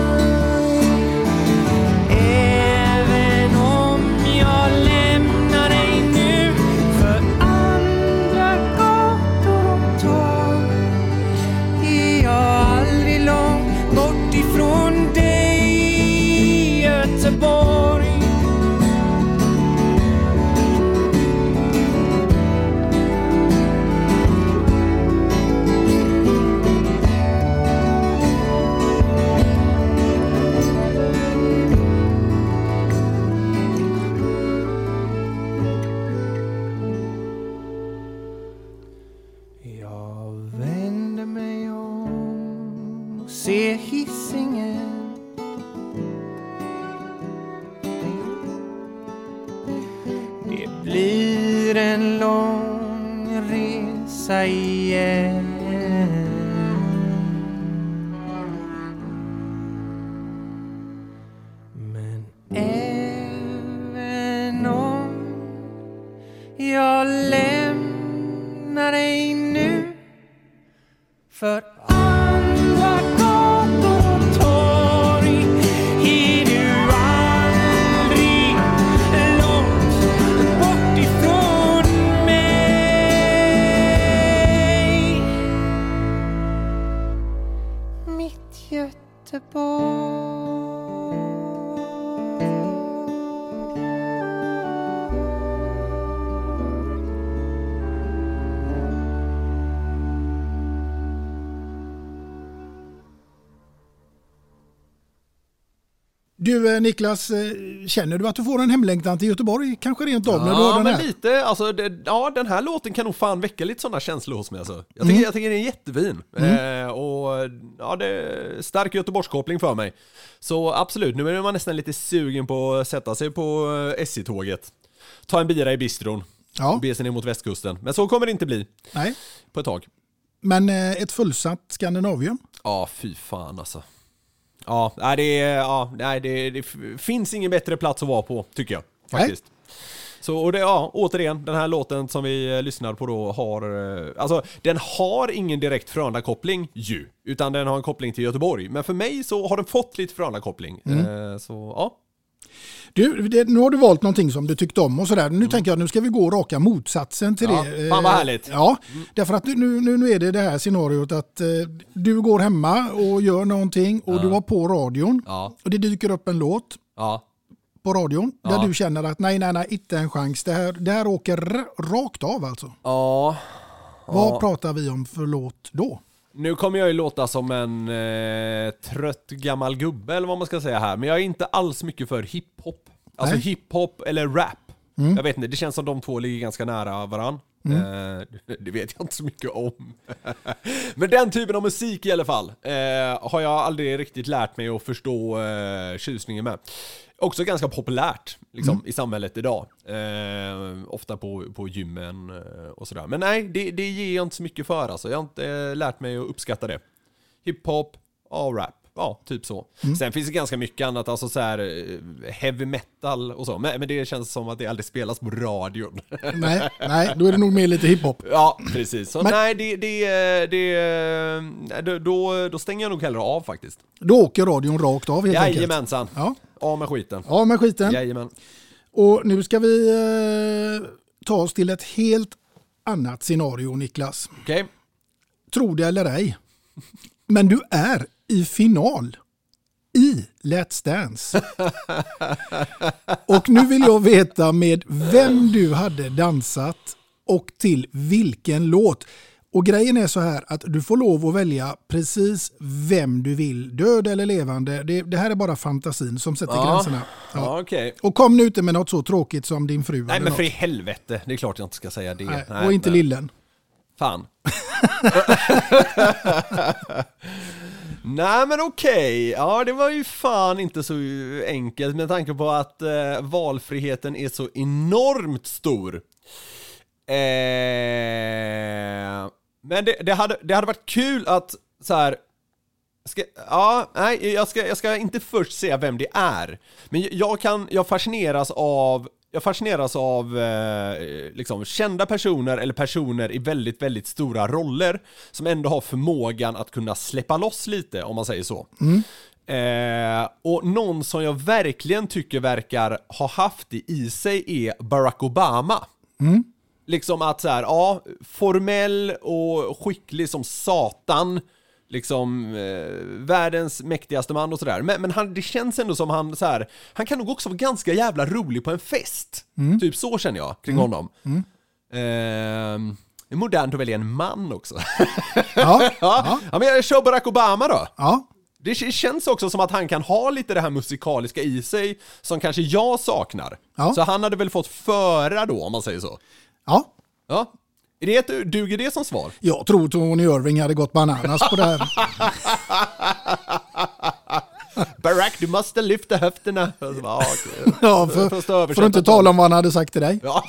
Från dig, Göteborg. Jag vänder mig om och ser Hisingen. Det blir en lång resa igen. Men även om jag lämnar saknar dig nu. För andra gator och torg är du aldrig långt bort ifrån mig. Mitt Göteborg. Du Niklas, känner du att du får en hemlängtan till Göteborg? Kanske rent av ja, när du hör den men här? lite. Alltså, det, ja, den här låten kan nog fan väcka lite sådana känslor hos mig. Alltså. Jag, tycker, Mm. jag tycker den är jättefin. Mm. Eh, och ja, det är stark Göteborgskoppling för mig. Så absolut, nu är man nästan lite sugen på att sätta sig på S J-tåget. Ta en bira i bistron. Ja. Och be sig ner mot västkusten. Men så kommer det inte bli. Nej. På ett tag. Men eh, ett fullsatt Skandinavium? Ja, fy fan alltså. Ja, nej, det, är, ja, nej det, det finns ingen bättre plats att vara på, tycker jag. Faktiskt. Nej. Så, och det, ja, återigen, den här låten som vi lyssnar på då har... Alltså, den har ingen direkt Frölunda-koppling ju. Utan den har en koppling till Göteborg. Men för mig så har den fått lite Frölunda-koppling. Mm. Eh, så, ja. Du, det, nu har du valt någonting som du tyckte om och sådär. Nu mm. tänker jag att nu ska vi gå raka motsatsen till ja, det. Fan vad härligt. Ja, mm. därför att nu, nu, nu är det det här scenariot att eh, du går hemma och gör någonting och ja. du har på radion ja. och det dyker upp en låt ja. på radion ja. där du känner att nej, nej, nej, inte en chans. Det här, det här åker r- rakt av alltså. Ja. Vad ja. pratar vi om för låt då? Nu kommer jag ju låta som en eh, trött gammal gubbe eller vad man ska säga här. Men jag är inte alls mycket för hiphop. Alltså Nej. hiphop eller rap. Mm. Jag vet inte, det känns som de två ligger ganska nära varann. Mm. Eh, det vet jag inte så mycket om. Men den typen av musik i alla fall eh, har jag aldrig riktigt lärt mig att förstå eh, tjusningen med. Också ganska populärt liksom, mm. i samhället idag. Eh, ofta på, på gymmen eh, och sådär. Men nej, det, det ger jag inte så mycket för. Alltså. Jag har inte eh, lärt mig att uppskatta det. Hiphop och rap. Ja, typ så. Mm. Sen finns det ganska mycket annat, alltså så här heavy metal och så. Men, men det känns som att det aldrig spelas på radion. Nej, nej, då är det nog mer lite hiphop. Ja, precis. Så men, nej, det, det, det, då, då stänger jag nog hellre av faktiskt. Då åker radion rakt av helt enkelt. Jajamensan. Ja. Av med skiten. Av med skiten. Jajamän. Och nu ska vi eh, ta oss till ett helt annat scenario, Niklas. Okej. Okay. Tro det eller ej. Men du är i final i Let's Dance. Och nu vill jag veta med vem du hade dansat och till vilken låt. Och grejen är så här att du får lov att välja precis vem du vill, död eller levande. Det, det här är bara fantasin som sätter ja. gränserna. Ja. Ja, okay. Och kom nu inte med något så tråkigt som din fru. Nej, men för i helvete. Det är klart jag inte ska säga det. Nej, Nej, och inte nej. lillen. Fan. Nej men okej, ja det var ju fan inte så enkelt med tanke på att eh, valfriheten är så enormt stor. Eh, men det, det, hade, det hade varit kul att så här, ska, ja, nej, jag ska, jag ska inte först säga vem det är. Men jag kan, jag fascineras av Jag fascineras av eh, liksom, kända personer eller personer i väldigt, väldigt stora roller som ändå har förmågan att kunna släppa loss lite, om man säger så. Mm. Eh, och någon som jag verkligen tycker verkar ha haft det i sig är Barack Obama. Mm. Liksom att så här, ja, formell och skicklig som satan. Liksom eh, världens mäktigaste man och sådär. Men, men han, det känns ändå som han så här, han kan nog också vara ganska jävla rolig på en fest. Mm. Typ så känner jag kring mm. honom. Mm. Eh, det är modernt att välja en man också. Ja, ja. ja. ja, men jag kör Barack Obama då. Ja. Det känns också som att han kan ha lite det här musikaliska i sig som kanske jag saknar. Ja. Så han hade väl fått föra då, om man säger så. Ja. Ja. Är det ett, duger det som svar? Jag tror Tony Irving hade gått bananas på det här. Barack, du måste lyfta höfterna. Ja, okay. Ja, för, för, för att inte tala om vad han hade sagt till dig. Ja.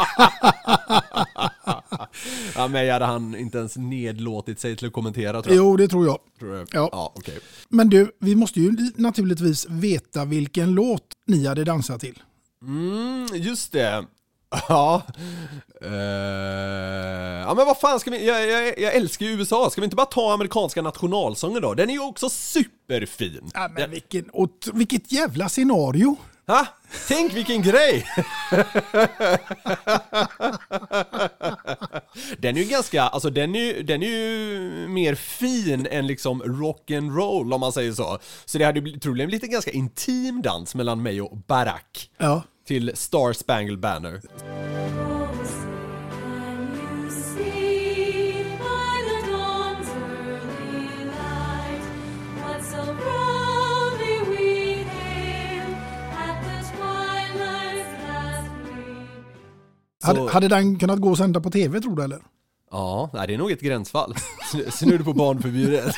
Ja, men hade han inte ens nedlåtit sig till att kommentera, tror jag. Jo, det tror jag. Tror jag. Ja. Ja, okay. Men du, vi måste ju naturligtvis veta vilken låt ni hade dansat till. Mm, just det. Ja. Uh, ja men vad fan ska vi, jag, jag, jag älskar ju U S A. Ska vi inte bara ta amerikanska nationalsången då? Den är ju också superfin. Ja, men vilken, och, vilket jävla scenario. Ha? Tänk vilken grej. Den är ju ganska, alltså den är ju, den är ju mer fin än liksom rock and roll om man säger så. Så det hade ju troligen blivit en ganska intim dans mellan mig och Barack. Ja. Till Star Spangled Banner. Hade, hade den kunnat gå och sända på tv, tror du, eller? Ja, det är nog ett gränsfall. Så nu är du på barnförbjudet.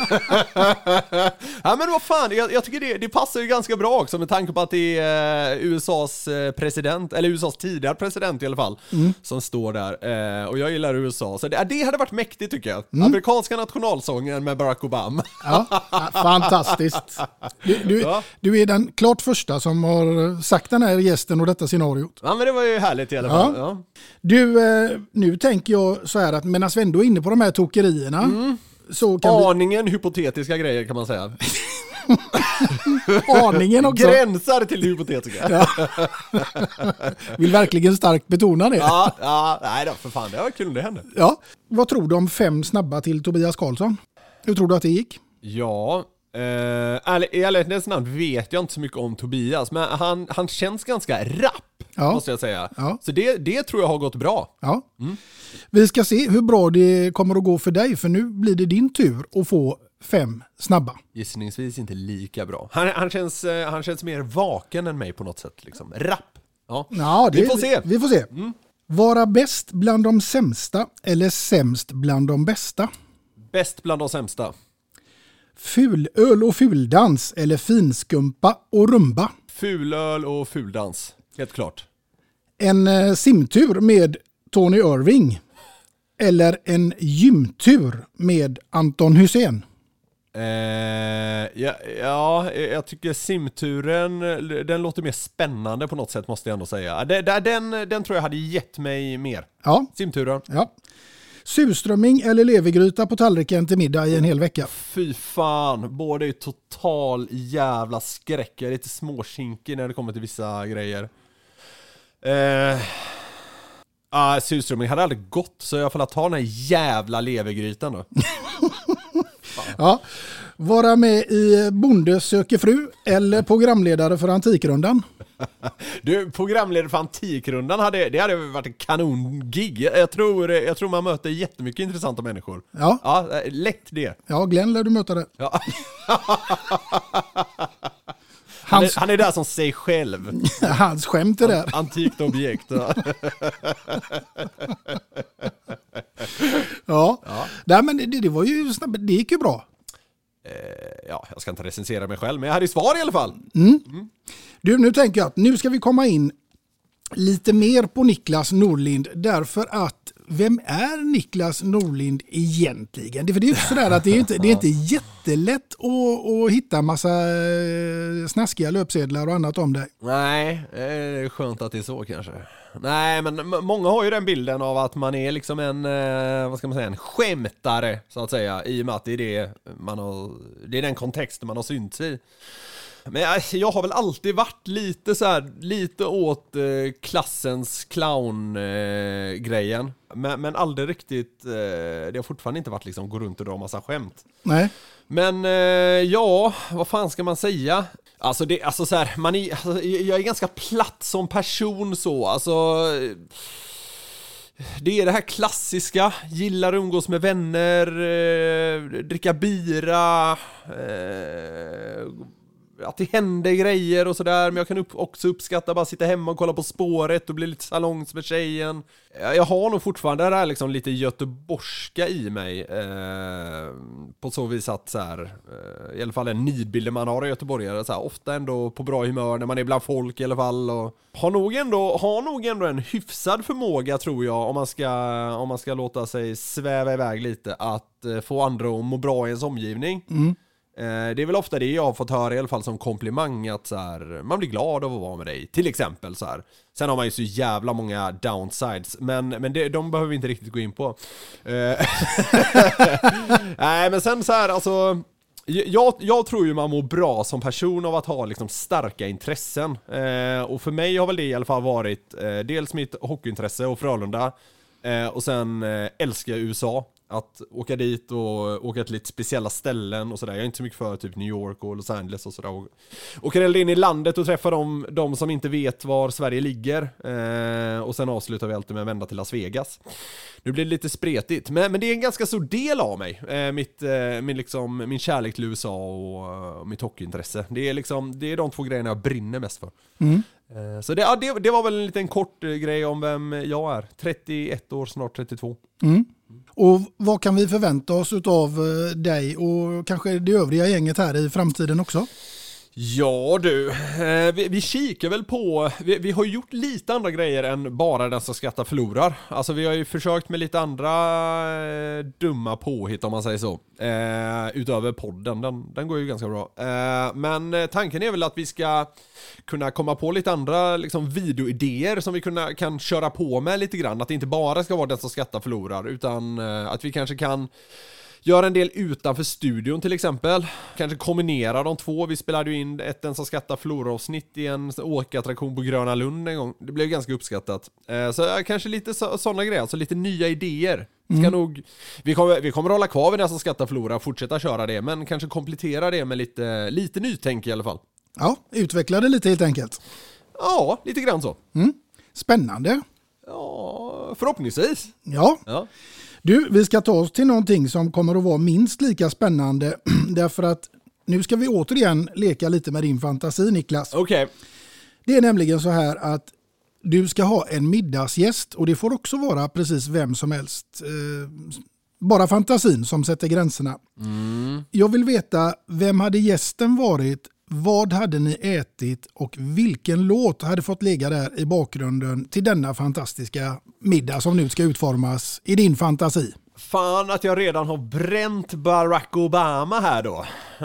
Ja, men vad fan, jag, jag tycker det, det passar ju ganska bra också med tanke på att det är U S A:s president, eller U S A:s tidigare president i alla fall, mm. som står där. Och jag gillar U S A, så det, det hade varit mäktigt tycker jag. Mm. Amerikanska nationalsången med Barack Obama. Ja, fantastiskt. Du, du, ja. du är den klart första som har sagt den här gästen och detta scenariot. Ja, men det var ju härligt i alla fall. Ja. Ja. Du, nu tänker jag så här att medan vi ändå är inne på de här tokerierna mm. så kan aningen vi... hypotetiska grejer kan man säga. Aningen också. Gränsar till hypotetiska. Ja. Vill verkligen starkt betona det. Ja, ja, nej då, för fan, det var kul det hände. Ja, vad tror du om fem snabba till Tobias Karlsson? Hur tror du att det gick? Ja, eh, i ärlighetens namn vet jag inte så mycket om Tobias, men han, han känns ganska rapp. Ja. Måste jag säga. Ja. Så det, det tror jag har gått bra. Ja. Mm. Vi ska se hur bra det kommer att gå för dig. För nu blir det din tur att få fem snabba. Gissningsvis inte lika bra. Han, han, känns, han känns mer vaken än mig på något sätt. Liksom. Rapp. Ja. Ja, det, vi får se. Vi får se. Mm. Vara bäst bland de sämsta eller sämst bland de bästa? Bäst bland de sämsta. Fulöl och fuldans eller finskumpa och rumba? Fulöl och fuldans. Helt klart. En eh, simtur med Tony Irving eller en gymtur med Anton Hussein? Eh, ja, ja, jag tycker simturen, den låter mer spännande på något sätt måste jag ändå säga. Den, den, den tror jag hade gett mig mer. Ja. Simturen. Ja. Surströmming eller levergryta på tallriken till middag i en hel vecka? Fy fan, båda är total jävla skräck. Jag är lite småkinkig när det kommer till vissa grejer. Eh, ah, surströmming hade aldrig gått, så jag får ta den här jävla levergrytan då. Ja, vara med i Bonde söker fru eller programledare för Antikrundan? Du, programledare för Antikrundan hade, det hade varit en kanongig. Jag tror, jag tror man möter jättemycket intressanta människor. Ja. Ja, lätt det. Ja, Glenn lär du möta det. Ja. Han är, han är där som sig själv. Hans skämt är där. Antikt objekt. Ja. Ja. Ja. Nej, men det, det var ju snabbt. Det gick ju bra. Eh, ja, jag ska inte recensera mig själv, men jag hade svar i alla fall. Mm. Mm. Du, nu tänker jag att nu ska vi komma in lite mer på Niklas Norlind, därför att vem är Niklas Norlind egentligen? Det, för det är ju så där att det är inte, det är inte jättelätt att, att hitta en massa snaskiga löpsedlar och annat om dig. Nej, det är skönt att det är så kanske. Nej, men många har ju den bilden av att man är liksom en, vad ska man säga, en skämtare så att säga, i och med att det är det man har, det är den kontexten man har synts i. Men jag, jag har väl alltid varit lite så här, lite åt eh, klassens clown-grejen. Eh, men, men aldrig riktigt, eh, det har fortfarande inte varit liksom gå runt och dra massa skämt. Nej. Men eh, ja, vad fan ska man säga? Alltså, det, alltså så här, man är, alltså, jag är ganska platt som person så, alltså... Det är det här klassiska, gillar att umgås med vänner, eh, dricka bira, eh, att det händer grejer och sådär. Men jag kan upp, också uppskatta bara sitta hemma och kolla på Spåret och bli lite salongs med tjejen. Jag har nog fortfarande det här liksom lite göteborgska i mig, eh, på så vis att så här, eh, i alla fall en nidbild man har av göteborgare, så här, ofta ändå på bra humör när man är bland folk i alla fall, och har nog ändå, har nog ändå en hyfsad förmåga, tror jag, om man ska, om man ska låta sig sväva iväg lite, att eh, få andra att må bra i ens omgivning. Mm. Eh, det är väl ofta det jag har fått höra i alla fall som komplimang, att så här, man blir glad av att vara med dig, till exempel så här. Sen har man ju så jävla många downsides, men, men det, de behöver vi inte riktigt gå in på. Eh, Nej, men sen så här, alltså... Jag, jag tror ju man mår bra som person av att ha liksom starka intressen. Eh, och för mig har väl det i alla fall varit eh, dels mitt hockeyintresse och Frölunda. Eh, och sen eh, älskar jag U S A. Att åka dit och åka till lite speciella ställen och sådär. Jag är inte så mycket för typ New York och Los Angeles och sådär. Och åka in i landet och träffa dem, de som inte vet var Sverige ligger. Eh, och sen avslutar vi alltid med att vända till Las Vegas. Nu blir det lite spretigt, men, men det är en ganska stor del av mig. Eh, mitt, eh, min, liksom, min kärlek till U S A och, och mitt hockeyintresse. Det är, liksom, det är de två grejerna jag brinner mest för. Mm. Eh, så det, ja, det, det var väl en liten kort eh, grej om vem jag är. trettioett år, snart trettiotvå. Mm. Och vad kan vi förvänta oss av dig och kanske det övriga gänget här i framtiden också? Ja du, eh, vi, vi kikar väl på, vi, vi har gjort lite andra grejer än bara den som skrattar förlorar. Alltså vi har ju försökt med lite andra eh, dumma påhitt om man säger så. Eh, utöver podden, den, den går ju ganska bra. Eh, men eh, tanken är väl att vi ska kunna komma på lite andra liksom, videoidéer som vi kunna, kan köra på med lite grann. Att det inte bara ska vara den som skrattar förlorar, utan eh, att vi kanske kan gör en del utanför studion till exempel. Kanske kombinera de två. Vi spelade ju in ett Den som skrattar förlorar-avsnitt i en åkattraktion på Gröna Lund en gång. Det blev ganska uppskattat. Eh, så kanske lite så, sådana grejer. Alltså lite nya idéer. Ska Mm. nog, vi, kommer, vi kommer hålla kvar vid Den som skrattar förlorar. Fortsätta köra det. Men kanske komplettera det med lite, lite nytänk i alla fall. Ja, utveckla det lite helt enkelt. Ja, lite grann så. Mm. Spännande. Ja, förhoppningsvis. Ja. Ja. Du, vi ska ta oss till någonting som kommer att vara minst lika spännande därför att nu ska vi återigen leka lite med din fantasi, Niklas. Okej. Okay. Det är nämligen så här att du ska ha en middagsgäst och det får också vara precis vem som helst. Eh, bara fantasin som sätter gränserna. Mm. Jag vill veta, vem hade gästen varit? Vad hade ni ätit och vilken låt hade fått ligga där i bakgrunden till denna fantastiska middag som nu ska utformas i din fantasi? Fan att jag redan har bränt Barack Obama här då.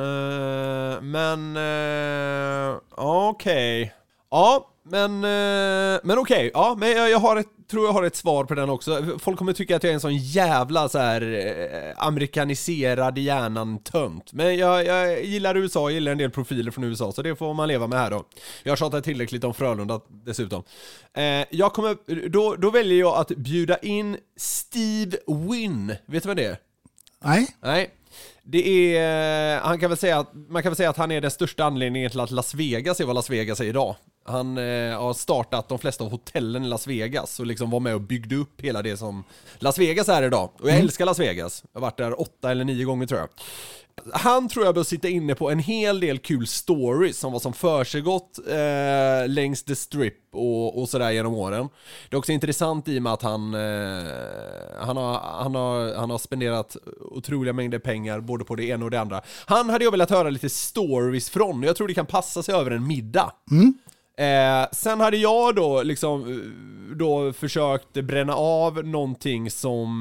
Uh, men uh, okej. Okay. Ja, men uh, men okej. Okay. Ja, men jag, jag har ett, tror jag har ett svar på den också. Folk kommer tycka att jag är en sån jävla så här eh, amerikaniserad hjärnan tönt. Men jag, jag gillar U S A, jag gillar en del profiler från U S A, så det får man leva med här då. Jag har tjatat tillräckligt om Frölunda dessutom. Eh, jag kommer, då, då väljer jag att bjuda in Steve Wynn. Vet du vad det är? Nej. Nej. Det är, han kan väl säga att, man kan väl säga att han är den största anledningen till att Las Vegas är vad Las Vegas är idag. Han eh, har startat de flesta av hotellen i Las Vegas och liksom var med och byggde upp hela det som Las Vegas är idag. Och jag mm. älskar Las Vegas. Jag har varit där åtta eller nio gånger tror jag. Han tror jag bör sitta inne på en hel del kul stories om vad som försiggått eh, längs the strip och, och sådär genom åren. Det är också intressant i och med att han, eh, han, har, han, har, han har spenderat otroliga mängder pengar både på det ena och det andra. Han hade jag velat höra lite stories från. Jag tror det kan passa sig över en middag. Mm. Eh, sen hade jag då liksom då försökt bränna av någonting som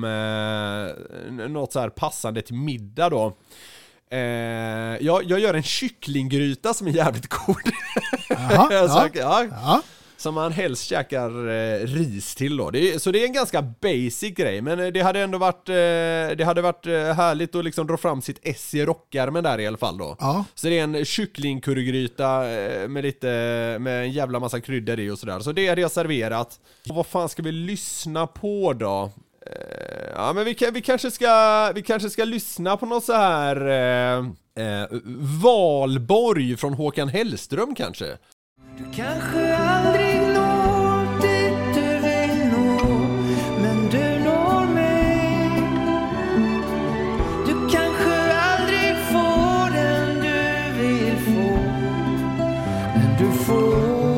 eh, något så här passande till middag då. Eh, jag, jag gör en kycklinggryta som är jävligt god. Aha, så, ja, ja, ja. Som man helst käkar eh, ris till då. Det är, så det är en ganska basic grej. Men det hade ändå varit eh, det hade varit eh, härligt att liksom dra fram sitt S i rockärmen där i alla fall då. Ja. Så det är en kycklingkurrgryta eh, med lite med en jävla massa kryddor i och sådär. Så det hade jag serverat. Och vad fan ska vi lyssna på då? Eh, ja men vi, vi kanske ska vi kanske ska lyssna på något så här eh, eh, Valborg från Håkan Hellström kanske. Du kanske aldrig når dit du vill nå, men du når mig. Du kanske aldrig får den du vill få, men du får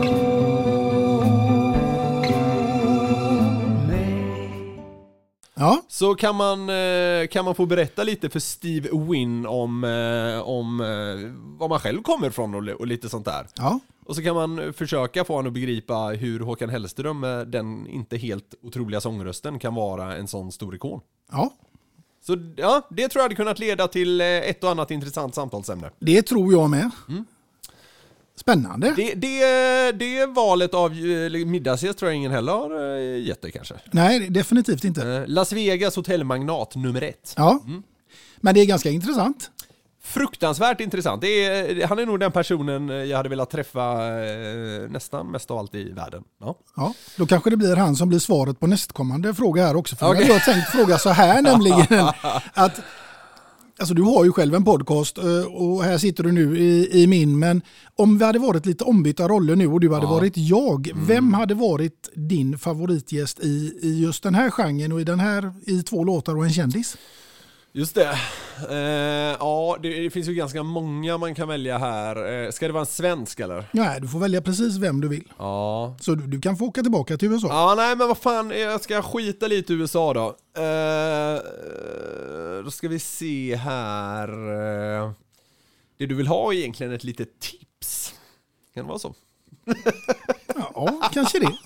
mig. Ja. Så kan man, kan man få berätta lite för Steve Wynn om, om var man själv kommer ifrån och, och lite sånt där. Ja. Och så kan man försöka få honom att begripa hur Håkan Hellström, den inte helt otroliga sångrösten, kan vara en sån stor ikon. Ja. Så ja, det tror jag hade kunnat leda till ett och annat intressant samtalsämne. Det tror jag med. Mm. Spännande. Det, det, det valet av middagsgäst tror jag ingen heller har gett dig kanske. Nej, definitivt inte. Las Vegas hotellmagnat nummer ett. Ja, mm. Men det är ganska intressant. Fruktansvärt intressant. Det är, han är nog den personen jag hade velat träffa eh, nästan mest av allt i världen. Ja. Ja, då kanske det blir han som blir svaret på nästkommande fråga här också. För okay. Jag har tänkt fråga så här nämligen att alltså du har ju själv en podcast och här sitter du nu i, i min, men om vi hade varit lite ombytta roller nu och du hade ja. varit jag, mm. vem hade varit din favoritgäst i, i just den här genren och i den här i två låtar och en kändis? Just det. Eh, ja, det, det finns ju ganska många man kan välja här. Eh, ska det vara en svensk eller? Nej, du får välja precis vem du vill. Ja. Så du, du kan få åka tillbaka till U S A. Ja, nej men vad fan, jag ska skita lite i U S A då. Eh, då ska vi se här. Det du vill ha är egentligen ett litet tips. Kan det vara så? Ja, kanske det.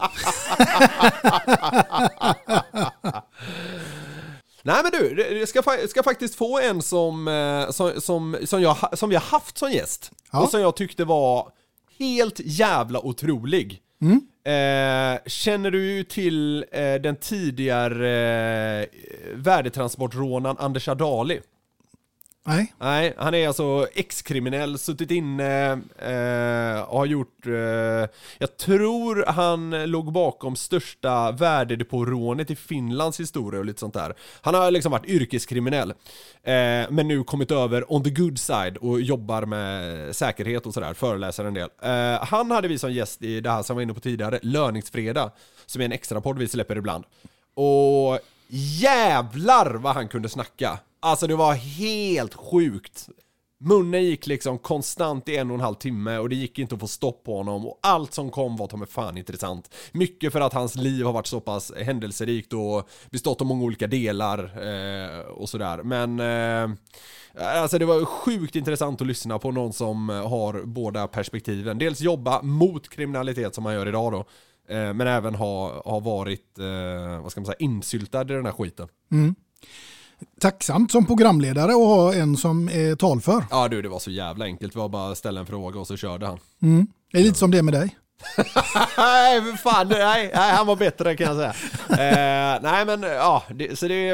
Nej men du, jag ska, ska faktiskt få en som, som, som, som, jag, som vi har haft som gäst. Ja. Och som jag tyckte var helt jävla otrolig. Mm. Eh, känner du till eh, den tidigare eh, värdetransportrånaren Anders Adali? Nej. Nej, han är alltså ex-kriminell, suttit inne eh, och har gjort, eh, jag tror han låg bakom största värdedepårånet i Finlands historia och lite sånt där. Han har liksom varit yrkeskriminell, eh, men nu kommit över on the good side och jobbar med säkerhet och sådär, föreläser en del. Eh, han hade vi som gäst i det här som var inne på tidigare, Löningsfredag, som är en extra podd vi släpper ibland. Och jävlar vad han kunde snacka. Alltså det var helt sjukt. Munnen gick liksom konstant i en och en halv timme och det gick inte att få stopp på honom. Och allt som kom var ta mig fan intressant. Mycket för att hans liv har varit så pass händelserikt och bestått av många olika delar eh, och sådär. Men eh, alltså det var sjukt intressant att lyssna på någon som har båda perspektiven. Dels jobba mot kriminalitet som man gör idag då. Eh, men även ha, ha varit eh, vad ska man säga, insyltad i den här skiten. Mm. Tacksamt som programledare och ha en som är talför. Ja du, det var så jävla enkelt. Det var bara att ställa en fråga och så körde han. Mm. Det är lite som det med dig. Nej, fan, nej, nej, han var bättre kan jag säga. eh, nej, men ja, det, så det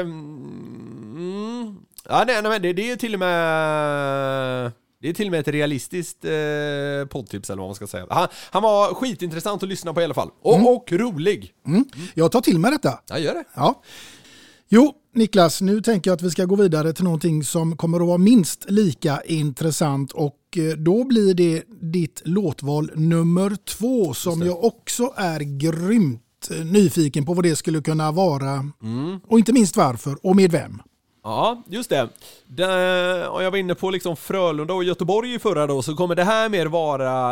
mm, ja, nej, nej, det, det är till och med det är till och med ett realistiskt eh, poddtips eller vad man ska säga. Han, han var skitintressant att lyssna på i alla fall. Och, mm. och rolig. Mm. Jag tar till mig detta. Ja, gör det. Ja. Jo, Niklas, nu tänker jag att vi ska gå vidare till någonting som kommer att vara minst lika intressant och då blir det ditt låtval nummer två som jag också är grymt nyfiken på vad det skulle kunna vara mm. och inte minst varför och med vem. Ja, just det. det och jag var inne på liksom Frölunda och Göteborg i förra då, så kommer det här mer vara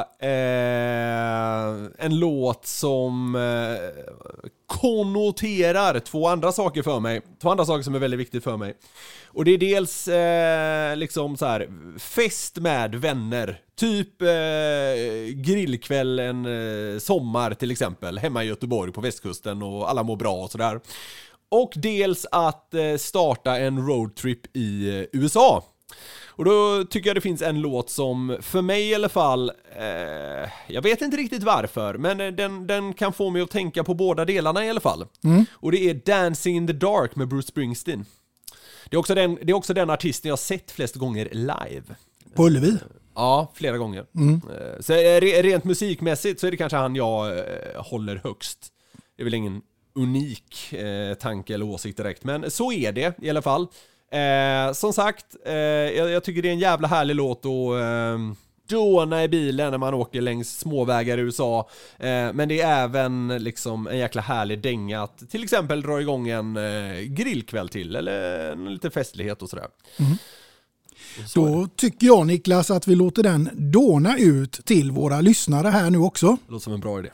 eh, en låt som eh, konnoterar två andra saker för mig. Två andra saker som är väldigt viktigt för mig. Och det är dels eh, liksom så här fest med vänner. Typ eh, grillkväll en eh, sommar till exempel hemma i Göteborg på västkusten och alla mår bra och sådär. Och dels att starta en roadtrip i U S A. Och då tycker jag det finns en låt som för mig i alla fall, eh, jag vet inte riktigt varför, men den, den kan få mig att tänka på båda delarna i alla fall. Mm. Och det är Dancing in the Dark med Bruce Springsteen. Det är också den, det är också den artisten jag har sett flest gånger live. På Ullevi? Ja, flera gånger. Mm. Så rent musikmässigt så är det kanske han jag håller högst. Det är väl ingen unik eh, tanke eller åsikt direkt, men så är det i alla fall. Eh, som sagt, eh, jag, jag tycker det är en jävla härlig låt och eh, dåna i bilen när man åker längs småvägar i U S A. Eh, men det är även liksom en jäkla härlig dänga att till exempel dra igång en eh, grillkväll till eller en lite festlighet och sådär. Mm. Så då tycker jag, Niklas, att vi låter den dåna ut till våra lyssnare här nu också. Det låter som en bra idé.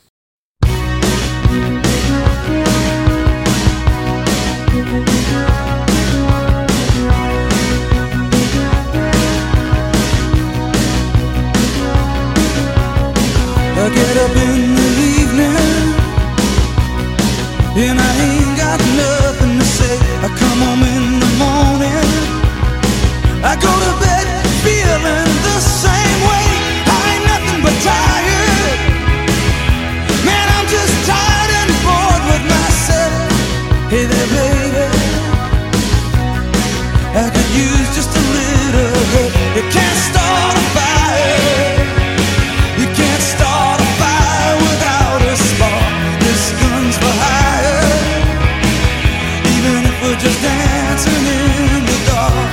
I get up in the evening and I ain't got nothing to say. I come home in the morning. I go to bed feeling the same way. I ain't nothing but tired. Man, I'm just tired and bored with myself. Hey there, baby, I could use just a little bit. You can't start a fire. You can't start a fire without a spark. This gun's for hire. Even if we're just dancing in the dark.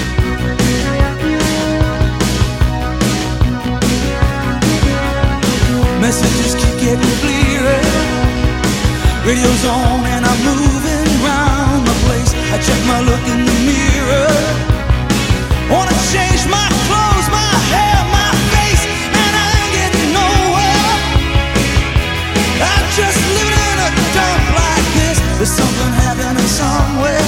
Messages keep getting clearer. Radio's on and I'm moving round the place. I check my look in the mirror. Wanna change my clothes, my hair, my face, and I ain't getting nowhere. I'm just living in a dump like this. There's something happening somewhere.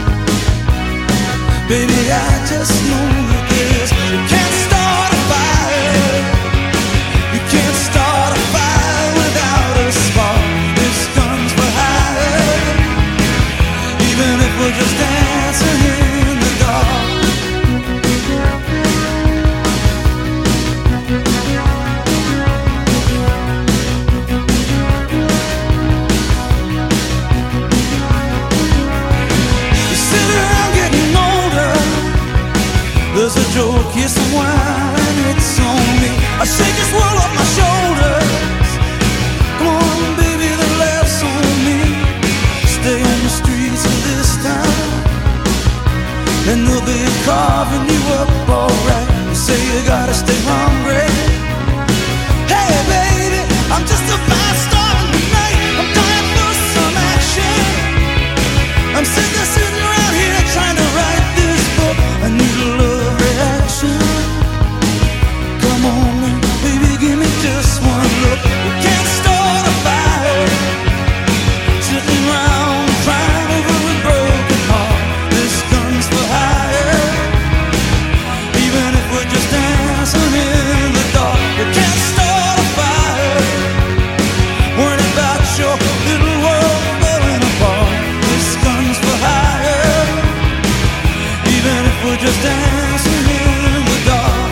Baby, I just know that this. You can't start a fire. You can't start a fire without a spark. This gun's for hire. Even if we're just dancing in the dark. There's a joke, yes, a wine, it's on me. I shake this world off my shoulders. Come on, baby, the laughs on me. Stay on the streets of this town, and they'll be carving you up alright. You say you gotta stay hungry. Hey, baby, I'm just a fast star in the night. I'm dying for some action. I'm sick of sitting around here trying to write this book. I need a love reaction. Come on, baby, give me just one look. You can't start a fire sitting around crying over a broken heart. This gun's for hire. Even if we're just dancing in the dark. You can't start a fire worrying about your little world falling apart. This gun's for hire. Even if we're just dancing in the dark.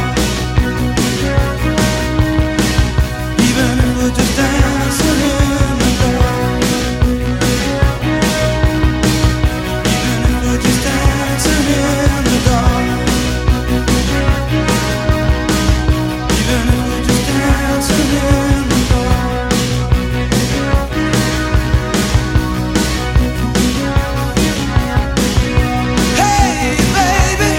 Even if we're just dancing in the dark. Even if we're just dancing in the dark. Even if we're just dancing in the dark. Hey, baby.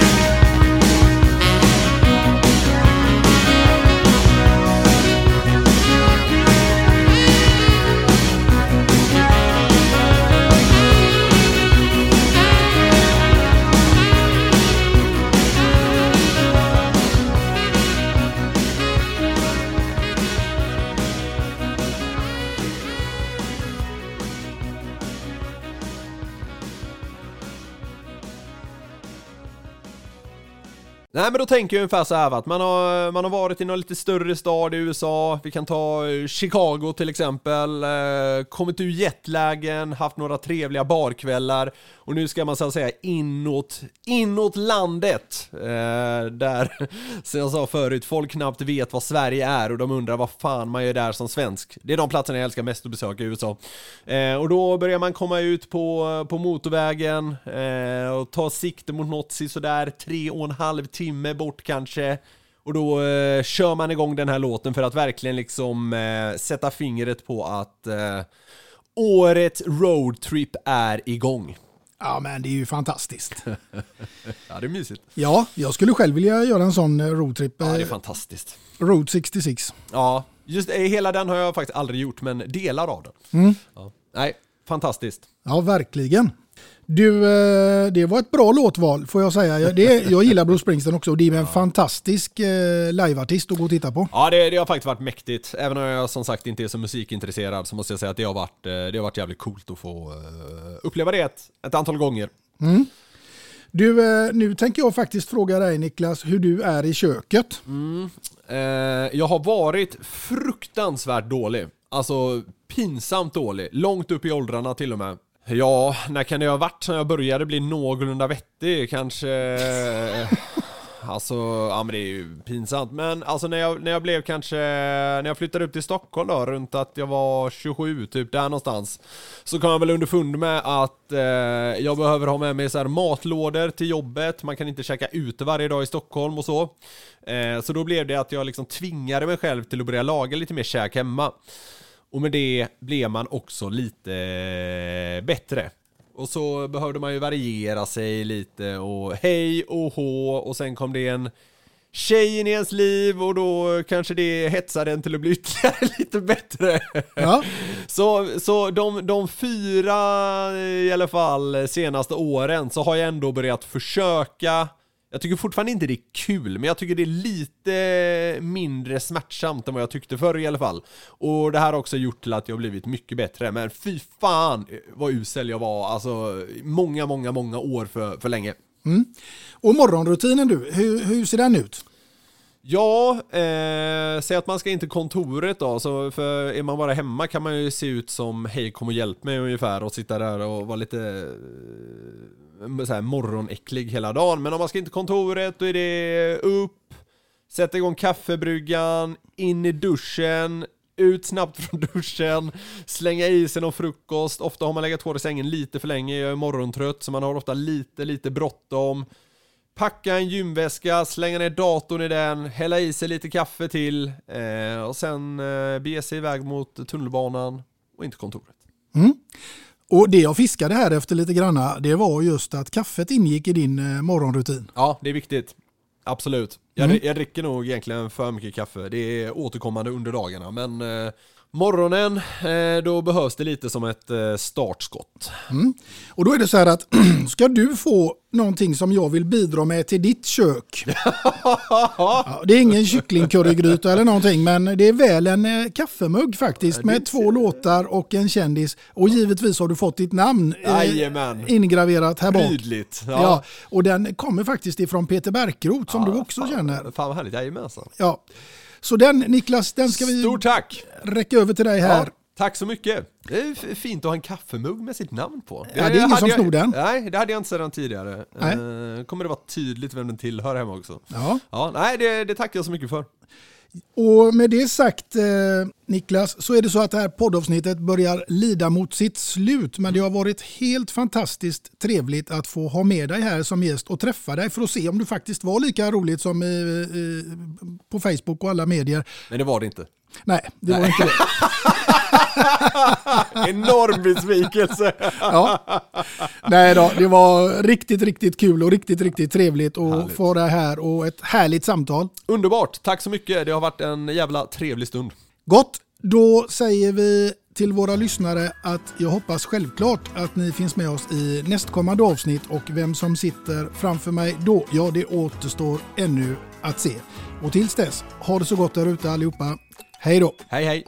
Nej, men då tänker jag ungefär så här att man har, man har varit i någon lite större stad i U S A. Vi kan ta Chicago till exempel. Eh, kommit ur jetlägen, haft några trevliga barkvällar. Och nu ska man så att säga inåt, inåt landet. Eh, där, som jag sa förut, folk knappt vet vad Sverige är. Och de undrar vad fan man gör där som svensk. Det är de platserna jag älskar mest att besöka i U S A. Eh, och då börjar man komma ut på, på motorvägen. Eh, och ta sikte mot något sådär tre och en halv timme bort kanske. Och då eh, kör man igång den här låten för att verkligen liksom eh, sätta fingret på att eh, årets roadtrip är igång. Ja, men det är ju fantastiskt. Ja, det är mysigt. Ja, jag skulle själv vilja göra en sån roadtrip. Ja, det är fantastiskt. Road sextiosex. Ja, just hela den har jag faktiskt aldrig gjort, men delar av den. Mm. Ja. Nej, fantastiskt. Ja, verkligen. Du, det var ett bra låtval får jag säga. Det, jag gillar Bruce Springsteen också och det är en ja. fantastisk liveartist att gå och titta på. Ja, det, det har faktiskt varit mäktigt. Även om jag som sagt inte är så musikintresserad så måste jag säga att det har varit, det har varit jävligt coolt att få uppleva det ett, ett antal gånger. Mm. Du, nu tänker jag faktiskt fråga dig Niklas hur du är i köket. Mm. Eh, jag har varit fruktansvärt dålig. Alltså pinsamt dålig. Långt upp i åldrarna till och med. Ja, när kan det ha varit när jag började bli någorlunda vettig? Kanske... Alltså, ja men det är ju pinsamt. Men alltså när jag, när jag blev kanske... När jag flyttade upp till Stockholm då, runt att jag var tjugosju, typ där någonstans. Så kom jag väl underfund med att eh, jag behöver ha med mig så här matlådor till jobbet. Man kan inte käka ute varje dag i Stockholm och så. Eh, så då blev det att jag liksom tvingade mig själv till att börja laga lite mer käk hemma. Och med det blev man också lite bättre. Och så behövde man ju variera sig lite och hej och hå. Och sen kom det en tjej in i ens liv och då kanske det hetsade en till att bli ytterligare lite bättre. Ja. Så, så de, de fyra i alla fall senaste åren så har jag ändå börjat försöka. Jag tycker fortfarande inte det är kul, men jag tycker det är lite mindre smärtsamt än vad jag tyckte förr i alla fall. Och det här har också gjort till att jag har blivit mycket bättre. Men fy fan vad usel jag var, alltså många, många, många år för, för länge. Mm. Och morgonrutinen du, hur, hur ser den ut? Ja, eh, säg att man ska in till kontoret då, så för är man bara hemma kan man ju se ut som hej kom och hjälp mig ungefär och sitta där och vara lite så här morgonäcklig hela dagen. Men om man ska in till kontoret då är det upp, sätta igång kaffebryggan, in i duschen, ut snabbt från duschen, slänga i sig någon frukost. Ofta har man legat kvar i sängen lite för länge, jag är morgontrött så man har ofta lite, lite bråttom. Packa en gymväska, slänga ner datorn i den, hälla i sig lite kaffe till eh, och sen eh, bege sig iväg mot tunnelbanan och in till kontoret. Mm. Och det jag fiskade här efter lite granna, det var just att kaffet ingick i din eh, morgonrutin. Ja, det är viktigt. Absolut. Jag, Mm. jag dricker nog egentligen för mycket kaffe. Det är återkommande under dagarna. Men eh, morgonen, eh, då behövs det lite som ett eh, startskott. Mm. Och då är det så här att ska du få någonting som jag vill bidra med till ditt kök. Ja, det är ingen kycklingcurrygryta eller någonting, men det är väl en eh, kaffemugg faktiskt med två låtar och en kändis. Och givetvis har du fått ditt namn eh, ingraverat här bak. Prydligt. Ja. Ja, och den kommer faktiskt ifrån Peter Berkrot som Ja, du också fan, känner. Fan vad härligt, jajamensan. Ja. Så den, Niklas, den ska vi Stort tack. räcka över till dig här. Ja, tack så mycket. Det är f- fint att ha en kaffemugg med sitt namn på. Ja, det är ingen som jag, snor den. Nej, det hade jag inte sedan tidigare. Nej. Eh, kommer det vara tydligt vem den tillhör hemma också. Ja. Ja, nej, det, det tackar jag så mycket för. Och med det sagt, eh, Niklas, så är det så att det här poddavsnittet börjar lida mot sitt slut. Men det har varit helt fantastiskt trevligt att få ha med dig här som gäst och träffa dig för att se om du faktiskt var lika roligt som i, i, på Facebook och alla medier. Men det var det inte. Nej, det var inte det. Enorm besvikelse. Ja. Nej då, det var riktigt, riktigt kul och riktigt, riktigt trevligt att Härligt. få det här och ett härligt samtal. Underbart, tack så mycket. Det har varit en jävla trevlig stund. Gott, då säger vi till våra lyssnare att jag hoppas självklart att ni finns med oss i nästkommande avsnitt och vem som sitter framför mig då, ja det återstår ännu att se. Och tills dess, ha det så gott där ute allihopa. Hej då! Hej hej!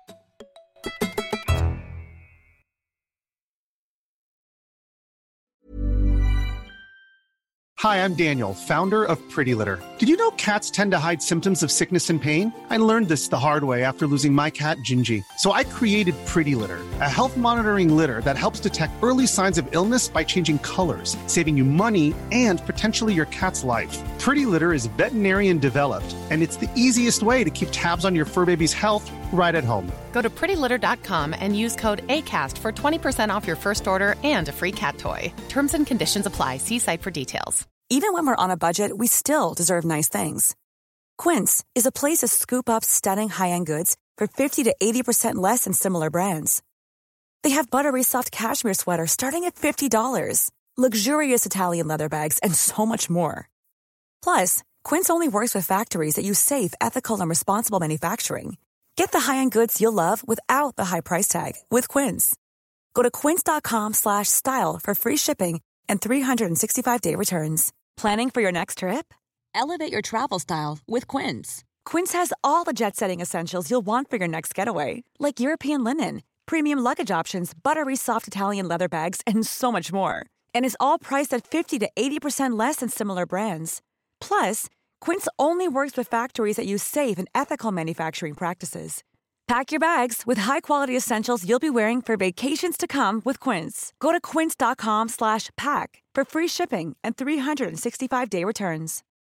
Hi, I'm Daniel, founder of Pretty Litter. Did you know cats tend to hide symptoms of sickness and pain? I learned this the hard way after losing my cat, Gingy. So I created Pretty Litter, a health monitoring litter that helps detect early signs of illness by changing colors, saving you money and potentially your cat's life. Pretty Litter is veterinarian developed, and it's the easiest way to keep tabs on your fur baby's health right at home. Go to pretty litter dot com and use code ACAST for twenty percent off your first order and a free cat toy. Terms and conditions apply. See site for details. Even when we're on a budget, we still deserve nice things. Quince is a place to scoop up stunning high-end goods for fifty to eighty percent less than similar brands. They have buttery soft cashmere sweaters starting at fifty dollars, luxurious Italian leather bags, and so much more. Plus, Quince only works with factories that use safe, ethical, and responsible manufacturing. Get the high-end goods you'll love without the high price tag with Quince. Go to quince dot com slash style for free shipping and three sixty-five day returns. Planning for your next trip? Elevate your travel style with Quince. Quince has all the jet-setting essentials you'll want for your next getaway, like European linen, premium luggage options, buttery soft Italian leather bags, and so much more. And is all priced at fifty to eighty percent less than similar brands. Plus, Quince only works with factories that use safe and ethical manufacturing practices. Pack your bags with high-quality essentials you'll be wearing for vacations to come with Quince. Go to quince dot com slash pack for free shipping and three sixty-five day returns.